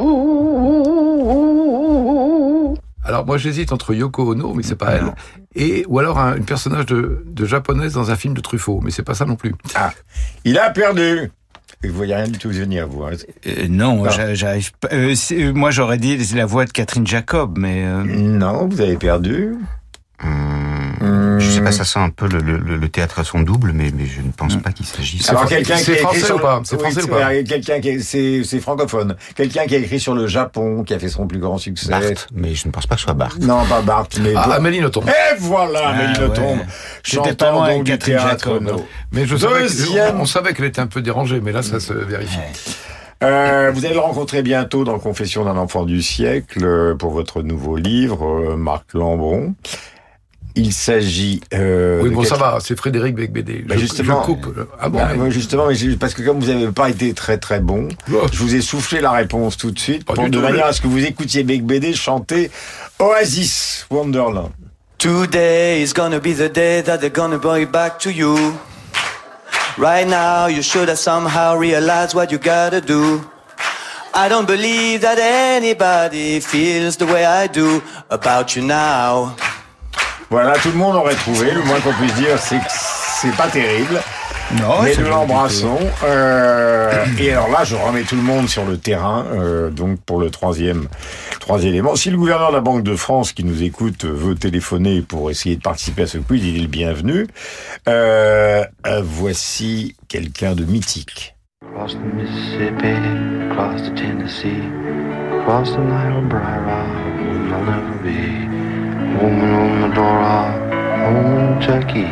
Speaker 10: Alors moi j'hésite entre Yoko Ono, mais c'est pas elle, et ou alors un, une personnage de, de japonaise dans un film de Truffaut, mais c'est pas ça non plus.
Speaker 6: Ah, il a perdu. Vous voyez rien du tout venir, vous. Hein.
Speaker 9: Euh, non, ah. j'arrive pas. Euh, moi j'aurais dit la voix de Catherine Jacob, mais euh...
Speaker 6: non, vous avez perdu.
Speaker 7: Hum, Mmh. Je sais pas, ça sent un peu le, le, le théâtre à son double, mais, mais je ne pense mmh. pas qu'il s'agisse...
Speaker 6: Alors, quelqu'un qui
Speaker 10: c'est français ou pas?
Speaker 6: C'est français ou pas? Quelqu'un qui est, c'est, c'est francophone. Quelqu'un qui a écrit sur le Japon, qui a fait son plus grand succès.
Speaker 7: Barthes, mais je ne pense pas que ce soit Barthes.
Speaker 6: Non, pas Barthes, mais...
Speaker 10: Ah, Amélie Nothomb.
Speaker 6: Et voilà, ah, Amélie Nothomb.
Speaker 9: Ouais.
Speaker 6: Chantant donc du théâtre.
Speaker 10: Mais je savais Deuxième... on savait qu'elle était un peu dérangée, mais là, ça se vérifie.
Speaker 6: Ouais. Euh, vous allez le rencontrer bientôt dans Confession d'un enfant du siècle pour votre nouveau livre, Marc Lambron. Il s'agit... Euh,
Speaker 10: oui, bon,
Speaker 6: quelque...
Speaker 10: ça va, c'est Frédéric Becbédé.
Speaker 6: Bah,
Speaker 10: je,
Speaker 6: justement,
Speaker 10: je coupe. Ah bon,
Speaker 6: bah,
Speaker 10: mais...
Speaker 6: Justement, mais parce que comme vous n'avez pas été très très bon, oh. je vous ai soufflé la réponse tout de suite, pour, de manière à ce que vous écoutiez Becbédé chanter Oasis, Wonderland.
Speaker 20: Today is gonna be the day that they're gonna bring back to you. Right now, you should have somehow realized what you gotta do. I don't believe that anybody feels the way I do about you now.
Speaker 6: Voilà, tout le monde aurait trouvé. Le moins qu'on puisse dire, c'est que c'est pas terrible.
Speaker 9: Non,
Speaker 6: mais nous l'embrassons. Euh, et alors là, je remets tout le monde sur le terrain. Euh, donc pour le troisième, troisième élément. Si le gouverneur de la Banque de France qui nous écoute veut téléphoner pour essayer de participer à ce quiz, il est le bienvenu. Euh, euh, voici quelqu'un de mythique.
Speaker 21: Cross the Mississippi, cross the Tennessee, cross the Niobrara, I'll never be. Woman on Medora, home in Turkey,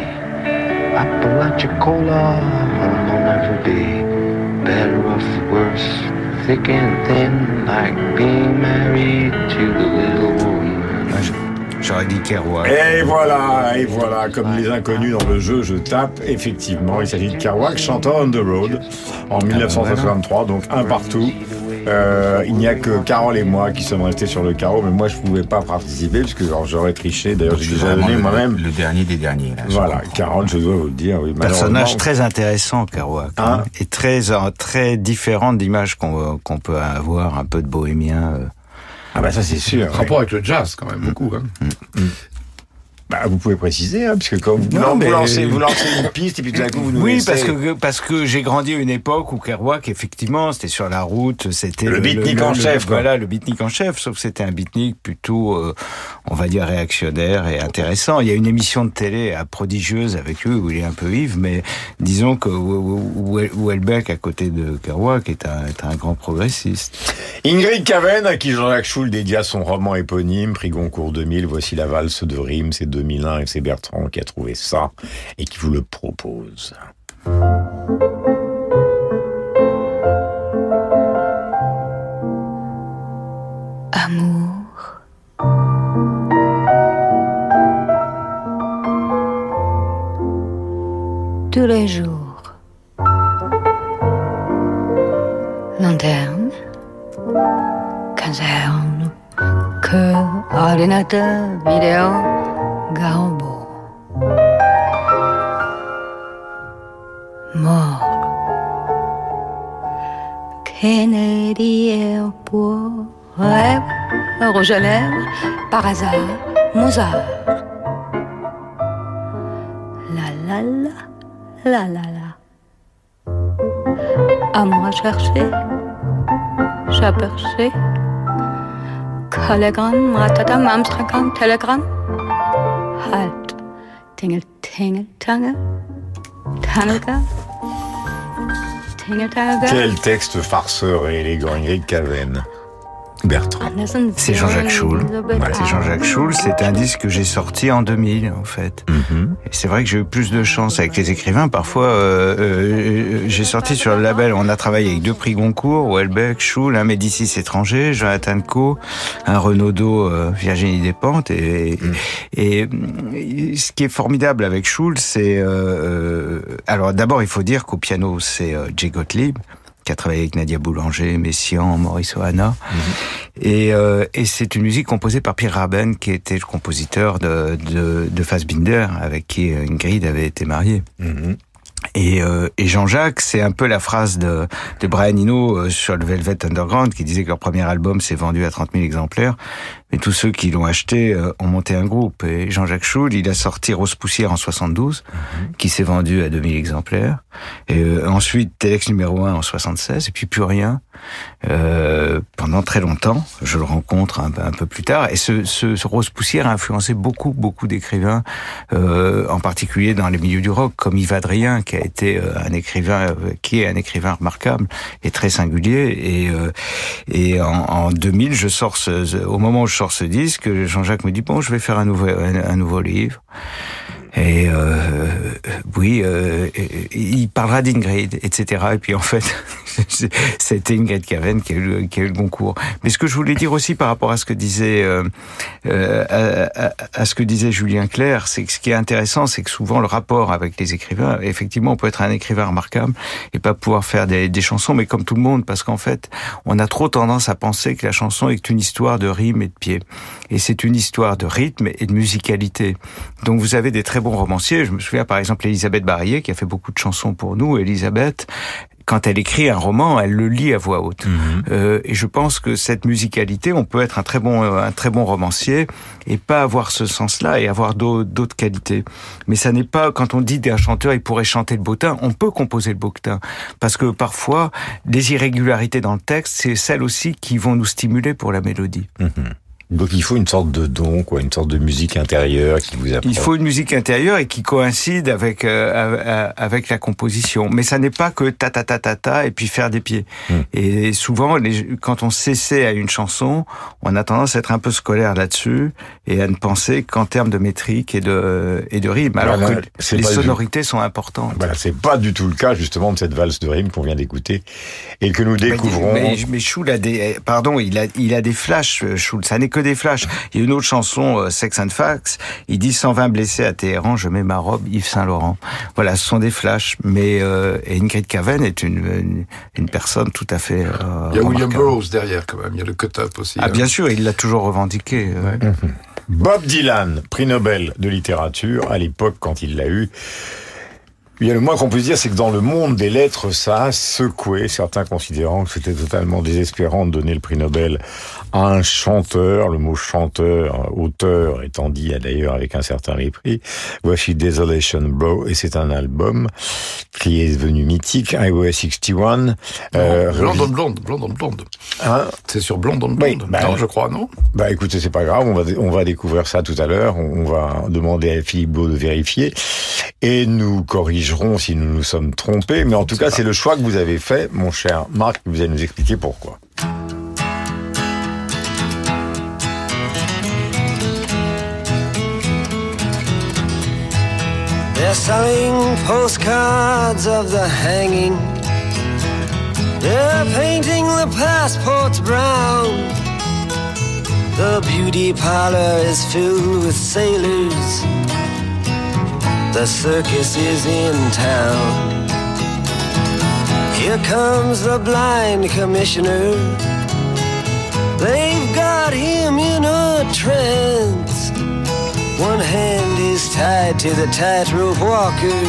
Speaker 21: Apalachicola, home I'll never be. Better or worse, thick and thin, like being married to the little woman.
Speaker 9: J'aurais dit Kerouac.
Speaker 6: Et voilà, et voilà, comme les inconnus dans le jeu, je tape, effectivement, il s'agit de Kerouac, chantant On the Road, en dix-neuf cent soixante-trois, donc un partout. Euh, il n'y a que Carole et moi qui sommes restés sur le carreau, mais moi je pouvais pas participer parce que genre, j'aurais triché. D'ailleurs, j'ai déjà donné
Speaker 7: le,
Speaker 6: moi-même.
Speaker 7: Le dernier des derniers. Là,
Speaker 6: voilà, Carole, je dois vous le dire. Oui,
Speaker 9: personnage très intéressant, Kerouac, hein, et très très différent d'image qu'on qu'on peut avoir, un peu de bohémien. Euh.
Speaker 6: Ah bah ça c'est sûr.
Speaker 10: Rapport avec le jazz quand même mmh. beaucoup. Hein.
Speaker 6: Mmh. Bah, vous pouvez préciser, hein, puisque quand vous,
Speaker 9: non,
Speaker 6: vous, lancez, vous lancez une piste et puis tout à coup vous nous
Speaker 9: oui,
Speaker 6: laissez...
Speaker 9: parce que parce que j'ai grandi à une époque où Kerouac, effectivement, c'était sur la route, c'était
Speaker 6: le, le beatnik en
Speaker 9: le,
Speaker 6: chef.
Speaker 9: Le, voilà, le beatnik en chef, sauf que c'était un beatnik plutôt, euh, on va dire, réactionnaire et intéressant. Il y a une émission de télé à prodigieuse avec eux où il est un peu ivre, mais disons que Houellebecq, à côté de Kerouac, est un, est un grand progressiste.
Speaker 6: Ingrid Caven, à qui Jean-Jacques Schul dédia son roman éponyme, prix Goncourt deux mille, voici la valse de Rime, c'est deux mille un, et c'est Bertrand qui a trouvé ça et qui vous le propose.
Speaker 8: Amour, tous les jours, lanterne, caserne, que ordinateur, vidéo, Garbo. Mort. Kennedy Airport. Rêve, rouge à lèvres, par hasard, Mozart. La la la, la la la. À moi chercher, j'aperçais. Telegramme, ratatam, Amsterdam, Telegramme. Halt, Tingle, Tingle, Tangle, Tangle, Tingle, Tangle.
Speaker 6: Quel texte farceur et élégant, Ingrid Caven. Bertrand.
Speaker 9: C'est Jean-Jacques Schul. Voilà, c'est Jean-Jacques Schul. C'est un disque que j'ai sorti en deux mille, en fait. Mm-hmm. Et c'est vrai que j'ai eu plus de chance avec les écrivains. Parfois, euh, euh, j'ai sorti sur le label. On a travaillé avec deux prix Goncourt, Houellebecq, Schul, un Médicis étranger, Jonathan Coe, un Renaudot, euh, Virginie Despentes. Et, mm. et, et ce qui est formidable avec Schul, c'est euh, alors d'abord il faut dire qu'au piano c'est euh, Jay Gottlieb, qui a travaillé avec Nadia Boulanger, Messiaen, Maurice Ohana. Mmh. Et, euh, et c'est une musique composée par Pierre Rabin, qui était le compositeur de, de, de Fassbinder, avec qui Ingrid avait été mariée. Mmh. Et, euh, et Jean-Jacques, c'est un peu la phrase de, de Brian Eno sur le Velvet Underground, qui disait que leur premier album s'est vendu à trente mille exemplaires. Mais tous ceux qui l'ont acheté euh, ont monté un groupe. Et Jean-Jacques Schul, il a sorti Rose Poussière en soixante-douze, mmh. qui s'est vendu à deux mille exemplaires. Et euh, ensuite, Telex numéro un en soixante-seize, et puis plus rien. Euh, pendant très longtemps, je le rencontre un, un peu plus tard. Et ce, ce, ce Rose Poussière a influencé beaucoup, beaucoup d'écrivains, euh, en particulier dans les milieux du rock, comme Yves Adrien, qui a été euh, un écrivain, euh, qui est un écrivain remarquable et très singulier. Et, euh, et en, en deux mille, je sors ce, au moment où je sors ce disque, Jean-Jacques me dit bon, je vais faire un nouveau, un, un nouveau livre. Et euh, oui, euh, il parlera d'Ingrid, et cetera. Et puis en fait, c'était Ingrid Caven qui a eu, qui a eu le concours. Mais ce que je voulais dire aussi par rapport à ce que disait euh, euh, à, à ce que disait Julien Clerc, c'est que ce qui est intéressant, c'est que souvent le rapport avec les écrivains, effectivement, on peut être un écrivain remarquable et pas pouvoir faire des, des chansons, mais comme tout le monde, parce qu'en fait, on a trop tendance à penser que la chanson est une histoire de rime et de pied. Et c'est une histoire de rythme et de musicalité. Donc vous avez des très bons romanciers. Je me souviens par exemple Elisabeth Barillet qui a fait beaucoup de chansons pour nous. Elisabeth, quand elle écrit un roman, elle le lit à voix haute. Mmh. Euh, et je pense que cette musicalité, on peut être un très bon, un très bon romancier et pas avoir ce sens-là et avoir d'autres, d'autres qualités. Mais ça n'est pas, quand on dit d'un chanteur, il pourrait chanter le bottin, on peut composer le bottin. Parce que parfois, les irrégularités dans le texte, c'est celles aussi qui vont nous stimuler pour la mélodie.
Speaker 6: Mmh. Donc il faut une sorte de don, quoi, une sorte de musique intérieure qui vous apporte.
Speaker 9: Il faut une musique intérieure et qui coïncide avec euh, avec la composition. Mais ça n'est pas que ta ta ta ta ta et puis faire des pieds. Mmh. Et souvent, les, quand on s'essaie à une chanson, on a tendance à être un peu scolaire là-dessus et à ne penser qu'en termes de métrique et de et de rythme. Alors voilà, que les sonorités sont importantes.
Speaker 6: Voilà, c'est pas du tout le cas justement de cette valse de rime qu'on vient d'écouter et que nous découvrons.
Speaker 9: Mais, mais, mais Schul a des, pardon, il a il a des flashs. Schul, ça n'est que des flashs. Il y a une autre chanson, euh, Sex and Facts, il dit cent vingt blessés à Téhéran, je mets ma robe Yves Saint Laurent. Voilà, ce sont des flashs, mais euh, Ingrid Caven est une, une, une personne tout à fait euh,
Speaker 10: il y a William Burroughs derrière quand même, il y a le cut-up aussi.
Speaker 9: Ah hein. Bien sûr, il l'a toujours revendiqué.
Speaker 6: Ouais. Euh. Mmh. Bob Dylan, prix Nobel de littérature, à l'époque quand il l'a eu, il y a le moins qu'on puisse dire, c'est que dans le monde des lettres, ça a secoué, certains considérant que c'était totalement désespérant de donner le prix Nobel à un chanteur, le mot chanteur, auteur étant dit d'ailleurs avec un certain mépris. Voici Desolation Bro, et c'est un album qui est devenu mythique, Highway soixante et un.
Speaker 10: Euh, Blonde on Blonde, Blonde on Blonde. Hein? C'est sur Blonde on Blonde, oui, bah, non, je crois, non?
Speaker 6: Bah écoutez, c'est pas grave, on va, on va découvrir ça tout à l'heure, on va demander à Philippe Beau de vérifier, et nous corrigerons si nous nous sommes trompés, mais en tout cas, pas. C'est le choix que vous avez fait, mon cher Marc, vous allez nous expliquer pourquoi.
Speaker 1: They're selling postcards of the hanging. They're painting the passports brown. The beauty parlor is filled with sailors. The circus is in town. Here comes the blind commissioner. They've got him in a trance. One hand is tied to the tightrope walker.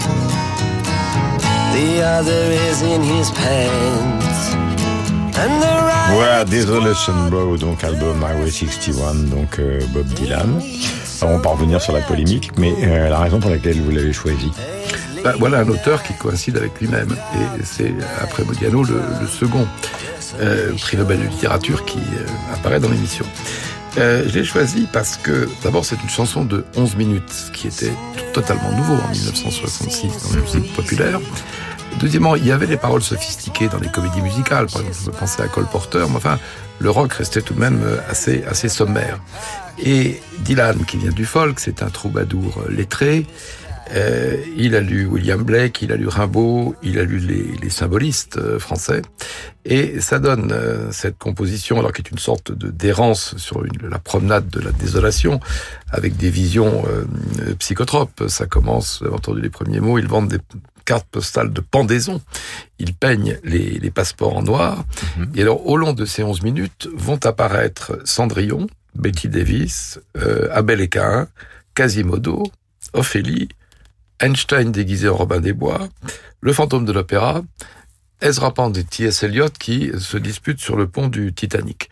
Speaker 1: The other is in his pants. And the right.
Speaker 6: Voilà, Desolation Bro, donc album Highway soixante et un, donc euh, Bob Dylan. Alors on va revenir sur la polémique, mais euh, la raison pour laquelle vous l'avez choisi.
Speaker 10: Ben, voilà un auteur qui coïncide avec lui-même, et c'est après Modiano le, le second euh, prix Nobel de littérature qui euh, apparaît dans l'émission. Euh, je l'ai choisi parce que, d'abord, c'est une chanson de onze minutes, ce qui était totalement nouveau en dix-neuf cent soixante-six dans la musique populaire. Deuxièmement, il y avait des paroles sophistiquées dans les comédies musicales. Par exemple, je peux penser à Cole Porter, mais enfin, le rock restait tout de même assez, assez sommaire. Et Dylan, qui vient du folk, c'est un troubadour lettré. Euh, il a lu William Blake, il a lu Rimbaud, il a lu les, les symbolistes euh, français, et ça donne euh, cette composition, alors qui est une sorte de d'errance sur une, la promenade de la désolation, avec des visions euh, psychotropes. Ça commence, vous avez entendu les premiers mots, ils vendent des cartes postales de pendaison, ils peignent les, les passeports en noir, mmh. Et alors au long de ces onze minutes vont apparaître Cendrillon, Betty Davis, euh, Abel et Caïn, Quasimodo, Ophélie, Einstein déguisé en Robin des Bois, le fantôme de l'opéra, Ezra Pound et T S Eliot qui se disputent sur le pont du Titanic.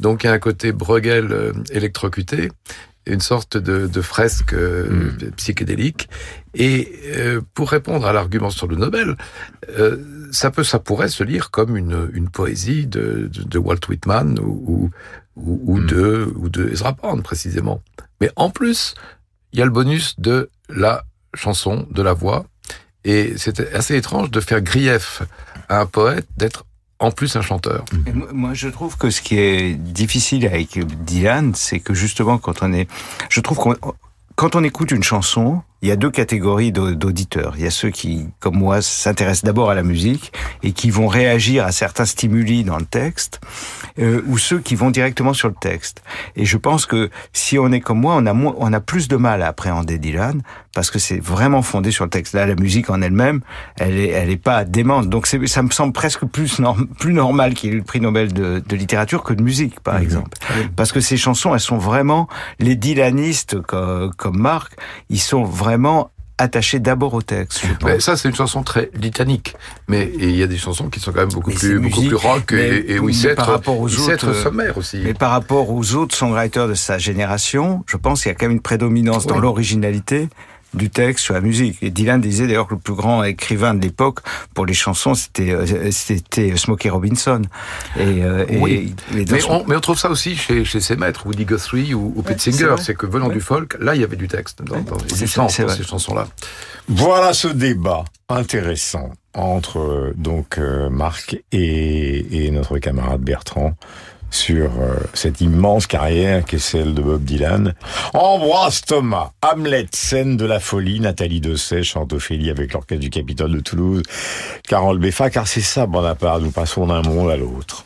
Speaker 10: Donc il y a un côté Bruegel euh, électrocuté, une sorte de, de fresque euh, mmh. psychédélique. Et euh, pour répondre à l'argument sur le Nobel, euh, ça peut, ça pourrait se lire comme une, une poésie de, de, de Walt Whitman ou, ou, ou, mmh. de, ou de Ezra Pound précisément. Mais en plus, il y a le bonus de la chanson, de la voix. Et c'était assez étrange de faire grief à un poète d'être en plus un chanteur.
Speaker 9: Et moi, je trouve que ce qui est difficile avec Dylan, c'est que justement, quand on est, je trouve qu'on, quand on écoute une chanson, il y a deux catégories d'auditeurs. Il y a ceux qui, comme moi, s'intéressent d'abord à la musique et qui vont réagir à certains stimuli dans le texte, euh, ou ceux qui vont directement sur le texte. Et je pense que si on est comme moi, on a moins, on a plus de mal à appréhender Dylan parce que c'est vraiment fondé sur le texte. Là, la musique en elle-même, elle est, elle est pas démente. Donc c'est, ça me semble presque plus norm, plus normal qu'il y ait eu le prix Nobel de, de littérature que de musique, par mmh. exemple. Mmh. Parce que ces chansons, elles sont vraiment, les dylanistes comme, comme Marc, ils sont vraiment vraiment attaché d'abord au texte.
Speaker 10: Mais ça, c'est une chanson très litanique. Mais il y a des chansons qui sont quand même beaucoup mais plus beaucoup plus rock et, et où il sait être, être sommaire aussi.
Speaker 9: Mais par rapport aux autres songwriters de sa génération, je pense qu'il y a quand même une prédominance oui. dans l'originalité du texte sur la musique. Et Dylan disait d'ailleurs que le plus grand écrivain de l'époque pour les chansons, c'était c'était Smokey Robinson. Et, euh,
Speaker 10: oui. et, et mais, on, mais on trouve ça aussi chez, chez ses maîtres, Woody Guthrie ou, ou Pete ouais, Singer. C'est, c'est que venant ouais. du folk, là, il y avait du texte dans, dans, c'est, dans, c'est dans ces chansons-là.
Speaker 6: Voilà ce débat intéressant entre donc euh, Marc et, et notre camarade Bertrand sur euh, cette immense carrière qu'est celle de Bob Dylan. Ambroise Thomas, Hamlet, scène de la folie, Nathalie Dessay chante Ophélie avec l'orchestre du Capitole de Toulouse, Carole Beffa, car c'est ça, Bonaparte, nous passons d'un monde à l'autre.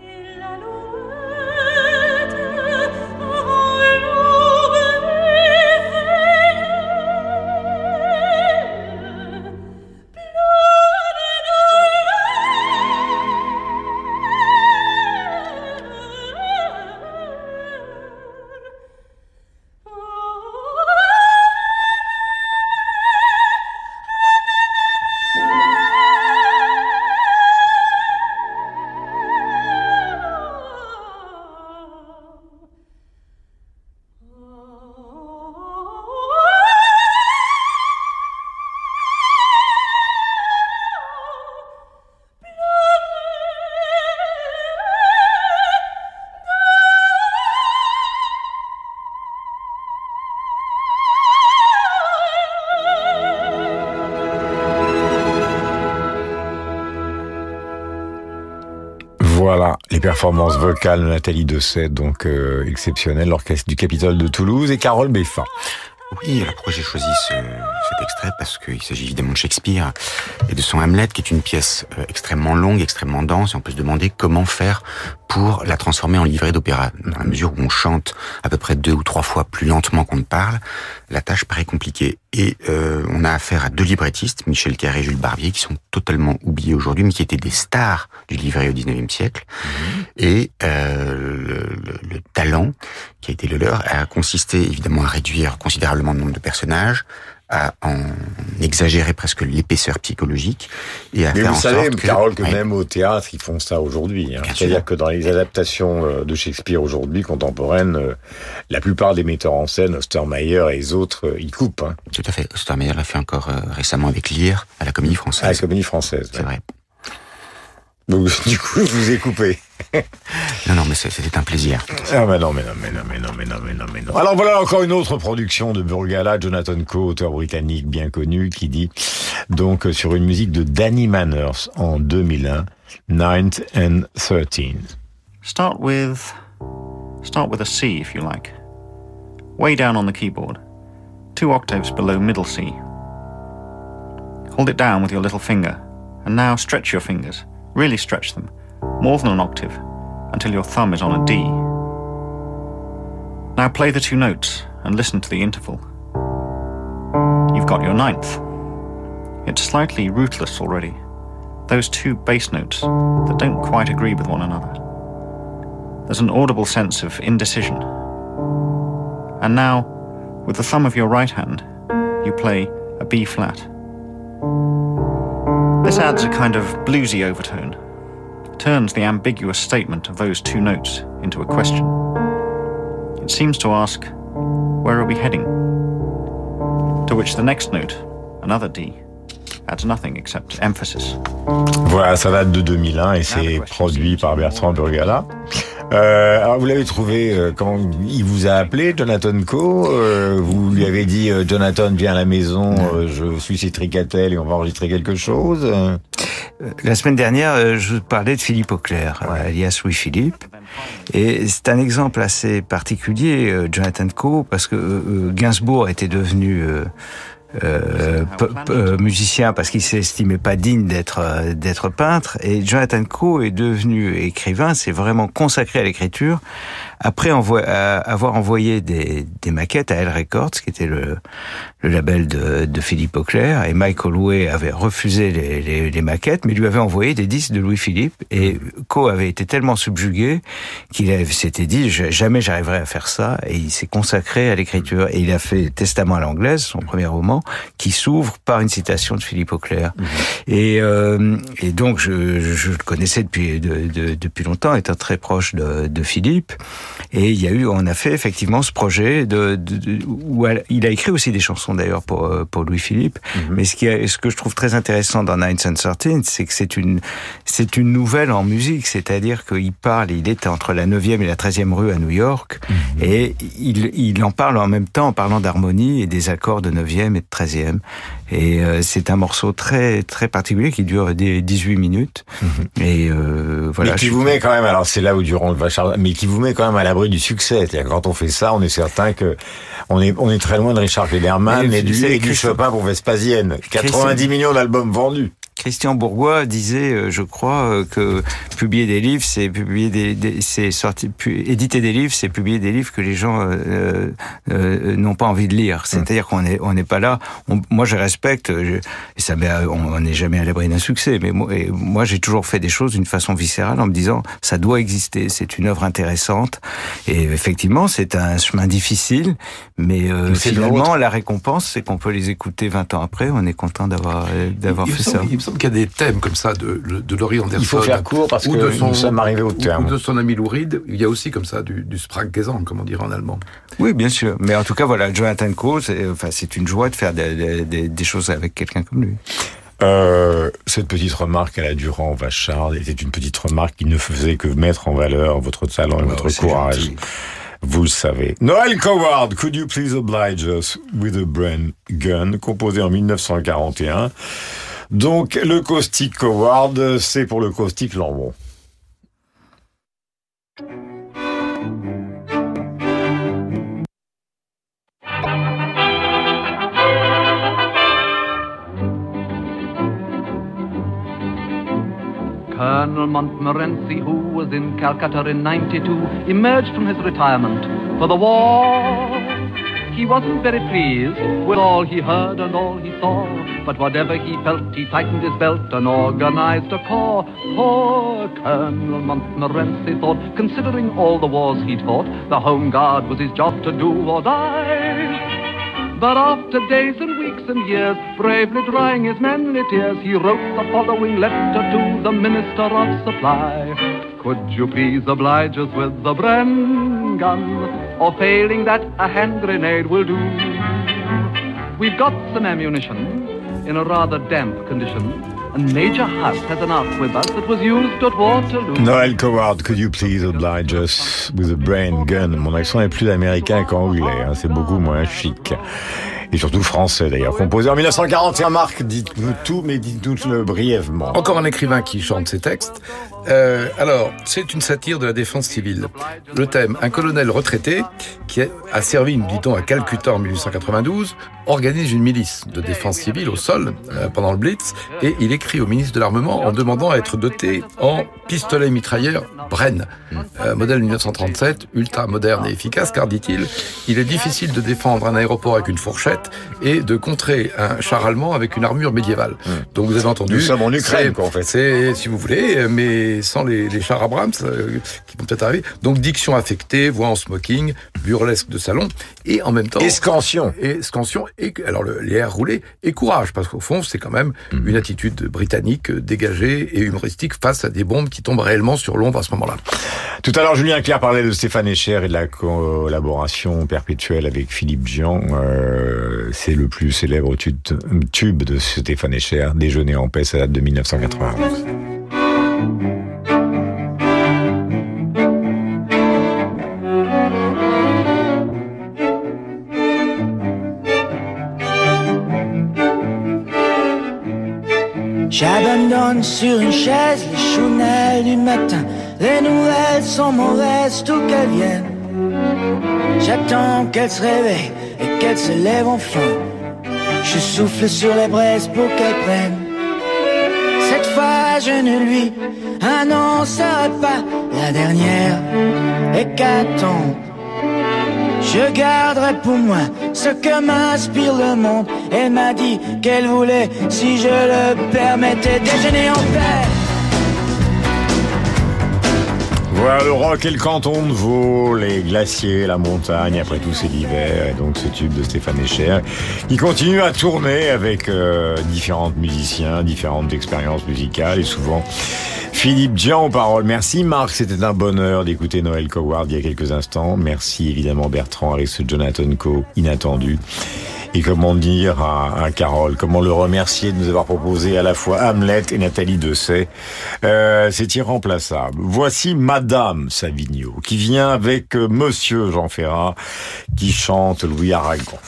Speaker 6: Voilà, les performances vocales de Nathalie Dessay, donc euh, exceptionnelles, l'orchestre du Capitole de Toulouse et Carole Beffa.
Speaker 7: Oui, alors pourquoi j'ai choisi ce, cet extrait? Parce qu'il s'agit évidemment de Shakespeare et de son Hamlet, qui est une pièce euh, extrêmement longue, extrêmement dense, et on peut se demander comment faire pour la transformer en livret d'opéra. Dans la mesure où on chante à peu près deux ou trois fois plus lentement qu'on ne parle, la tâche paraît compliquée. Et euh, on a affaire à deux librettistes, Michel Carré et Jules Barbier, qui sont totalement oubliés aujourd'hui, mais qui étaient des stars du livret au dix-neuvième siècle. Mmh. Et euh, le, le, le talent qui a été le leur a consisté évidemment à réduire considérablement le nombre de personnages, à en exagérer presque l'épaisseur psychologique et à
Speaker 6: mais
Speaker 7: faire
Speaker 6: vous
Speaker 7: en
Speaker 6: savez,
Speaker 7: sorte que...
Speaker 6: Carole, que
Speaker 7: ouais.
Speaker 6: même au théâtre, ils font ça aujourd'hui. Hein. C'est-à-dire que dans les adaptations de Shakespeare aujourd'hui, contemporaines, la plupart des metteurs en scène, Ostermeyer et les autres, ils coupent. Hein.
Speaker 7: Tout à fait. Ostermeyer l'a fait encore euh, récemment avec Lear, à la Comédie Française.
Speaker 6: À la Comédie Française.
Speaker 7: C'est ouais. vrai.
Speaker 6: Donc, du coup, je vous ai coupé.
Speaker 7: Non, non, mais c'était un plaisir.
Speaker 6: Ah, mais non, mais non, mais non, mais non, mais non, mais non, mais non. Alors voilà encore une autre production de Burgala, Jonathan Coe, auteur britannique bien connu, qui dit, donc, sur une musique de Danny Manners en deux mille un, ninth and thirteenth.
Speaker 2: Start with, start with a C, if you like. Way down on the keyboard. Two octaves below middle C. Hold it down with your little finger. And now stretch your fingers. Really stretch them, more than an octave, until your thumb is on a D. Now play the two notes and listen to the interval. You've got your ninth. It's slightly rootless already. Those two bass notes that don't quite agree with one another. There's an audible sense of indecision. And now, with the thumb of your right hand, you play a B flat. This adds a kind of bluesy overtone. turns the ambiguous statement of those two notes into a question. It seems to ask, where are we heading? To which the next note, another D, adds nothing except emphasis.
Speaker 6: Voilà, ça date de deux mille un et c'est produit par Bertrand Burgala. Euh, alors vous l'avez trouvé euh, quand il vous a appelé, Jonathan Coe, euh, vous lui avez dit euh, Jonathan viens à la maison, euh, je suis chez Tricatel et on va enregistrer quelque chose. Euh.
Speaker 9: La semaine dernière, je parlais de Philippe Auclair, ouais. alias Louis-Philippe. Et c'est un exemple assez particulier, euh, Jonathan Coe, parce que euh, Gainsbourg était devenu... Euh, Euh, p- p- musicien parce qu'il s'estimait pas digne d'être euh, d'être peintre, et Jonathan Coe est devenu écrivain, s'est vraiment consacré à l'écriture après envo- à avoir envoyé des, des maquettes à L Records, qui était le, le label de, de Philippe Auclair, et Michael Way avait refusé les, les, les maquettes mais lui avait envoyé des disques de Louis-Philippe, et Coe avait été tellement subjugué qu'il avait, s'était dit jamais j'arriverai à faire ça, et il s'est consacré à l'écriture, et il a fait Testament à l'anglaise, son premier roman, qui s'ouvre par une citation de Philippe Auclair. Mmh. Et, euh, et donc, je, je le connaissais depuis, de, de, depuis longtemps, étant très proche de, de Philippe. Et il y a eu, on a fait effectivement ce projet de, de, de où il a écrit aussi des chansons d'ailleurs pour, pour Louis-Philippe. Mmh. Mais ce, qui a, ce que je trouve très intéressant dans Nine and thirteen, c'est que c'est une, c'est une nouvelle en musique. C'est-à-dire qu'il parle, il est entre la neuvième et la treizième rue à New York. Mmh. Et il, il en parle en même temps en parlant d'harmonie et des accords de neuvième et de treizième. Et euh, c'est un morceau très très particulier qui dure des dix-huit minutes. Mmh. Et euh, voilà.
Speaker 6: Mais qui vous met quand même, alors c'est là où Durand va charger, mais qui vous met quand même à l'abri du succès. C'est-à-dire quand on fait ça, on est certain que on est on est très loin de Richard Klederman et, et du, et du Chopin pour Vespasienne. quatre-vingt-dix millions d'albums vendus.
Speaker 9: Christian Bourgois disait, je crois, que publier des livres, c'est publier des, des c'est sortir, éditer des livres, c'est publier des livres que les gens euh, euh, n'ont pas envie de lire. C'est-à-dire qu'on est, on n'est pas là. On, moi, je respecte. Je, ça, on n'est jamais à l'abri d'un succès. Mais moi, et moi, j'ai toujours fait des choses d'une façon viscérale, en me disant, ça doit exister. C'est une œuvre intéressante. Et effectivement, c'est un chemin difficile, mais, euh, mais finalement, la récompense, c'est qu'on peut les écouter vingt ans après. On est content d'avoir, d'avoir fait ça.
Speaker 10: Il me semble qu'il y a des thèmes comme ça de, de Laurie Anderson.
Speaker 6: Il faut faire court parce que son, nous sommes arrivés au terme.
Speaker 10: Ou de son ami Lou Reed. Il y a aussi comme ça du, du Sprachgesang, comme on dirait en allemand.
Speaker 9: Oui, bien sûr. Mais en tout cas, voilà, Jonathan Coe, c'est, enfin, c'est une joie de faire des, des, des choses avec quelqu'un comme lui.
Speaker 6: Euh, cette petite remarque à la Durand-Vachard était une petite remarque qui ne faisait que mettre en valeur votre talent et oh, votre courage. Gentil. Vous le savez. Noel Coward, Could You Please Oblige Us with a Brain Gun, composé en dix-neuf cent quarante et un. Donc, le caustique Coward, c'est pour le caustique Lambon.
Speaker 4: Colonel Montmorency, who was in Calcutta in ninety-two, emerged from his retirement for the war. He wasn't very pleased with all he heard and all he saw, but whatever he felt, he tightened his belt and organized a corps. Poor Colonel Montmorency thought, considering all the wars he'd fought, the Home Guard was his job to do or die. But after days and weeks and years, bravely drying his manly tears, he wrote the following letter to the Minister of Supply. Could you please oblige us with the Bren gun, or failing that, a hand grenade will do. We've got some ammunition in a rather damp condition, and Major Huss has an arc with us that was used at Waterloo.
Speaker 6: Noel Coward, Could You Please Oblige Us with a Brain Gun. Mon accent est plus américain qu'anglais, hein, c'est beaucoup moins chic. Et surtout français d'ailleurs. Composé en dix-neuf cent quarante et un, Marc, dites-nous tout, mais dites-nous brièvement.
Speaker 10: Encore un écrivain qui chante ses textes. Euh, alors, c'est une satire de la défense civile. Le thème, un colonel retraité, qui a servi, nous dit-on, à Calcutta en dix-huit cent quatre-vingt-douze, organise une milice de défense civile au sol euh, pendant le Blitz, et il écrit au ministre de l'Armement en demandant à être doté en pistolet mitrailleur Bren, euh, modèle mille neuf cent trente-sept, ultra moderne et efficace, car, dit-il, il est difficile de défendre un aéroport avec une fourchette et de contrer un char allemand avec une armure médiévale. Mmh. Donc vous avez entendu...
Speaker 6: Nous sommes en Ukraine, quoi, en fait.
Speaker 10: C'est, si vous voulez, mais sans les, les chars Abrams, euh, qui vont peut-être arriver. Donc diction affectée, voix en smoking, burlesque de salon, et en même temps...
Speaker 6: Escansion.
Speaker 10: Et escansion, et alors le, les airs roulés, et courage, parce qu'au fond, c'est quand même mmh. une attitude britannique dégagée et humoristique face à des bombes qui tombent réellement sur l'ombre à ce moment-là.
Speaker 6: Tout à l'heure, Julien Clerc parlait de Stéphane Escher et de la collaboration perpétuelle avec Philippe Djian. Euh, c'est le plus célèbre tube, tube de Stéphane Escher, Déjeuner en paix, ça date de mille neuf cent quatre-vingt-onze.
Speaker 5: J'abandonne sur une chaise les chounelles du matin. Les nouvelles sont mauvaises, tout qu'elles viennent. J'attends qu'elle se réveille et qu'elle se lève enfin. Je souffle sur les braises pour qu'elle prenne. Cette fois je ne lui annoncerai pas la dernière hécatombe. Je garderai pour moi ce que m'inspire le monde. Elle m'a dit qu'elle voulait, si je le permettais, déjeuner en paix.
Speaker 6: Voilà le rock et le canton de Vaud, les glaciers, la montagne, après tout c'est l'hiver, et donc ce tube de Stéphane Escher qui continue à tourner avec euh, différentes musiciens, différentes expériences musicales et souvent Philippe Djian aux paroles. Merci Marc, c'était un bonheur d'écouter Noël Coward il y a quelques instants. Merci évidemment Bertrand avec ce Jonathan Coe inattendu. Et comment dire à, à Carole, comment le remercier de nous avoir proposé à la fois Hamlet et Nathalie Dessay. Euh, c'est irremplaçable. Voici Madame Savigno, qui vient avec euh, Monsieur Jean Ferrat, qui chante Louis Aragon.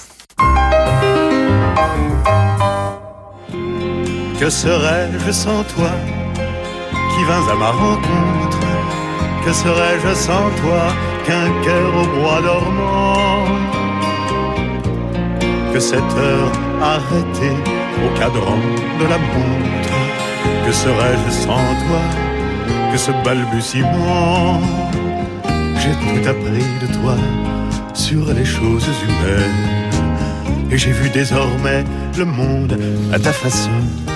Speaker 22: Que serais-je sans toi, qui vins à ma rencontre? Que serais-je sans toi, qu'un cœur au bois dormant? Que cette heure arrêtée au cadran de la montre? Que serais-je sans toi, que ce balbutiement? J'ai tout appris de toi sur les choses humaines, et j'ai vu désormais le monde à ta façon.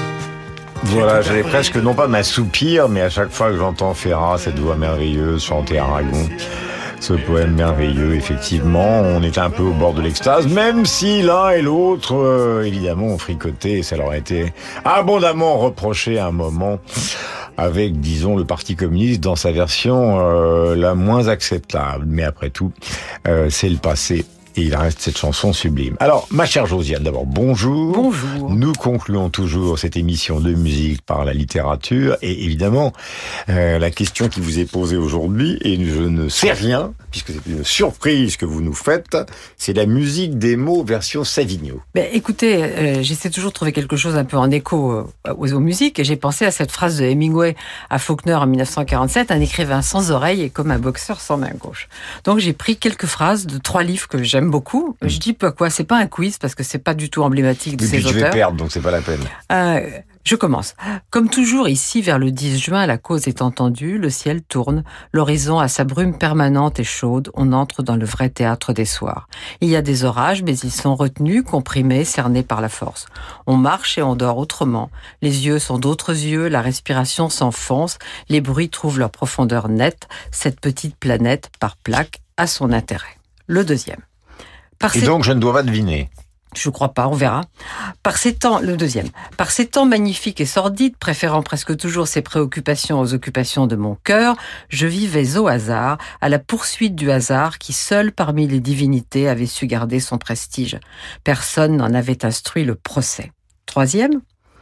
Speaker 6: Voilà, j'allais presque non pas m'assoupir, mais à chaque fois que j'entends Ferrat, cette voix merveilleuse, chanter Aragon, ce poème merveilleux, effectivement, on était un peu au bord de l'extase, même si l'un et l'autre, euh, évidemment, ont fricoté, et ça leur a été abondamment reproché à un moment, avec, disons, le Parti communiste dans sa version euh, la moins acceptable. Mais après tout, euh, c'est le passé. Et il reste cette chanson sublime. Alors, ma chère Josiane, d'abord, bonjour.
Speaker 23: Bonjour.
Speaker 6: Nous concluons toujours cette émission de musique par la littérature. Et évidemment, euh, la question qui vous est posée aujourd'hui, et je ne sais rien, puisque c'est une surprise que vous nous faites, c'est la musique des mots version Savigno.
Speaker 23: Ben, écoutez, euh, j'essaie toujours de trouver quelque chose un peu en écho euh, aux, aux musiques, et j'ai pensé à cette phrase de Hemingway à Faulkner en dix-neuf cent quarante-sept, un écrivain sans oreille est comme un boxeur sans main gauche. Donc j'ai pris quelques phrases de trois livres que j'aime beaucoup. Mmh. Je dis pas quoi, c'est pas un quiz parce que c'est pas du tout emblématique de
Speaker 6: et
Speaker 23: ces
Speaker 6: puis
Speaker 23: auteurs.
Speaker 6: Je vais perdre, donc c'est pas la peine.
Speaker 23: Euh, je commence. Comme toujours ici, vers le dix juin, la cause est entendue, le ciel tourne, l'horizon a sa brume permanente et chaude, on entre dans le vrai théâtre des soirs. Il y a des orages, mais ils sont retenus, comprimés, cernés par la force. On marche et on dort autrement. Les yeux sont d'autres yeux, la respiration s'enfonce, les bruits trouvent leur profondeur nette, cette petite planète, par plaque, a son intérêt. Le deuxième.
Speaker 6: Par et ces... donc, je ne dois pas deviner.
Speaker 23: Je crois pas, on verra. Par ces temps, le deuxième. Par ces temps magnifiques et sordides, préférant presque toujours ses préoccupations aux occupations de mon cœur, je vivais au hasard, à la poursuite du hasard qui seul parmi les divinités avait su garder son prestige. Personne n'en avait instruit le procès. Troisième.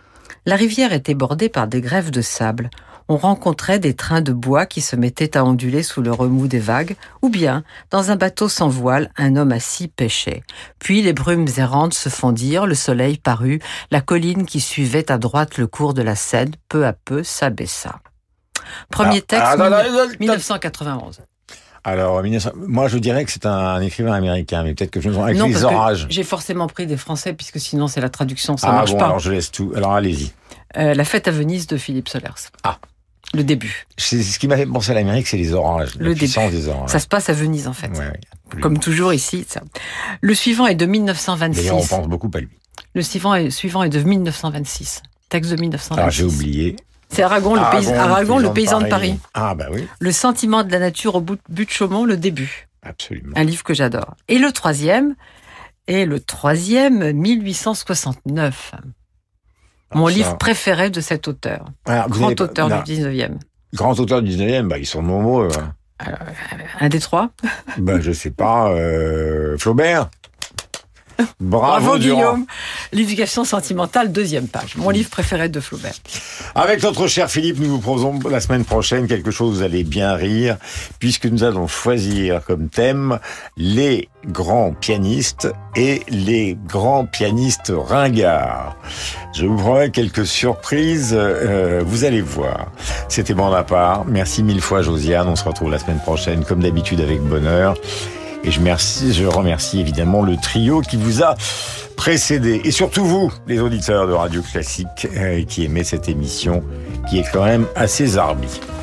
Speaker 23: La rivière était bordée par des grèves de sable. On rencontrait des trains de bois qui se mettaient à onduler sous le remous des vagues, ou bien, dans un bateau sans voile, un homme assis pêchait. Puis les brumes errantes se fondirent, le soleil parut, la colline qui suivait à droite le cours de la Seine, peu à peu s'abaissa. Premier ah, texte, ah, non, non, non, dix-neuf cent quatre-vingt-onze.
Speaker 6: Alors, moi je dirais que c'est un écrivain américain, mais peut-être que je me trompe avec non, les orages.
Speaker 23: J'ai forcément pris des Français, puisque sinon c'est la traduction, ça
Speaker 6: ah,
Speaker 23: marche
Speaker 6: bon,
Speaker 23: pas.
Speaker 6: Alors je laisse tout, alors allez-y.
Speaker 23: Euh, la fête à Venise de Philippe Solers.
Speaker 6: Ah.
Speaker 23: Le début.
Speaker 6: C'est ce qui m'a fait penser à l'Amérique, c'est les orages.
Speaker 23: Le
Speaker 6: la puissance
Speaker 23: début.
Speaker 6: des orages.
Speaker 23: Ça se passe à Venise, en fait.
Speaker 6: Ouais, ouais.
Speaker 23: Comme toujours ici. Ça. Le suivant est de mille neuf cent vingt-six.
Speaker 6: D'ailleurs, on pense beaucoup à lui.
Speaker 23: Le suivant est, suivant est de mille neuf cent vingt-six. Texte de mille neuf cent vingt-six.
Speaker 6: Ah, j'ai oublié.
Speaker 23: C'est Aragon, le,
Speaker 6: Aragon,
Speaker 23: pays, Aragon, le paysan de Paris.
Speaker 6: de Paris. Ah, bah oui.
Speaker 23: Le sentiment de la nature au but de Chaumont, le début.
Speaker 6: Absolument.
Speaker 23: Un livre que j'adore. Et le troisième est le troisième, mille huit cent soixante-neuf. Mon
Speaker 6: ça...
Speaker 23: livre préféré de cet auteur.
Speaker 6: Alors,
Speaker 23: grand
Speaker 6: avez...
Speaker 20: Bah,
Speaker 23: auteur
Speaker 6: non.
Speaker 23: du dix-neuvième.
Speaker 6: Grand auteur du dix-neuvième, bah, ils sont nombreux. Hein.
Speaker 23: Alors, un des trois.
Speaker 6: Bah, je sais pas, euh, Flaubert. Bravo,
Speaker 23: Bravo
Speaker 6: Durand.
Speaker 23: Guillaume. L'éducation sentimentale, deuxième page. Mon livre préféré de Flaubert.
Speaker 6: Avec notre cher Philippe, nous vous proposons la semaine prochaine quelque chose où vous allez bien rire, puisque nous allons choisir comme thème les grands pianistes et les grands pianistes ringards. Je vous promets quelques surprises, euh, vous allez voir. C'était Bande à part. Merci mille fois Josiane, on se retrouve la semaine prochaine comme d'habitude avec bonheur. Et je, remercie, je remercie évidemment le trio qui vous a précédé. Et surtout vous, les auditeurs de Radio Classique, euh, qui aimez cette émission, qui est quand même assez zarbi.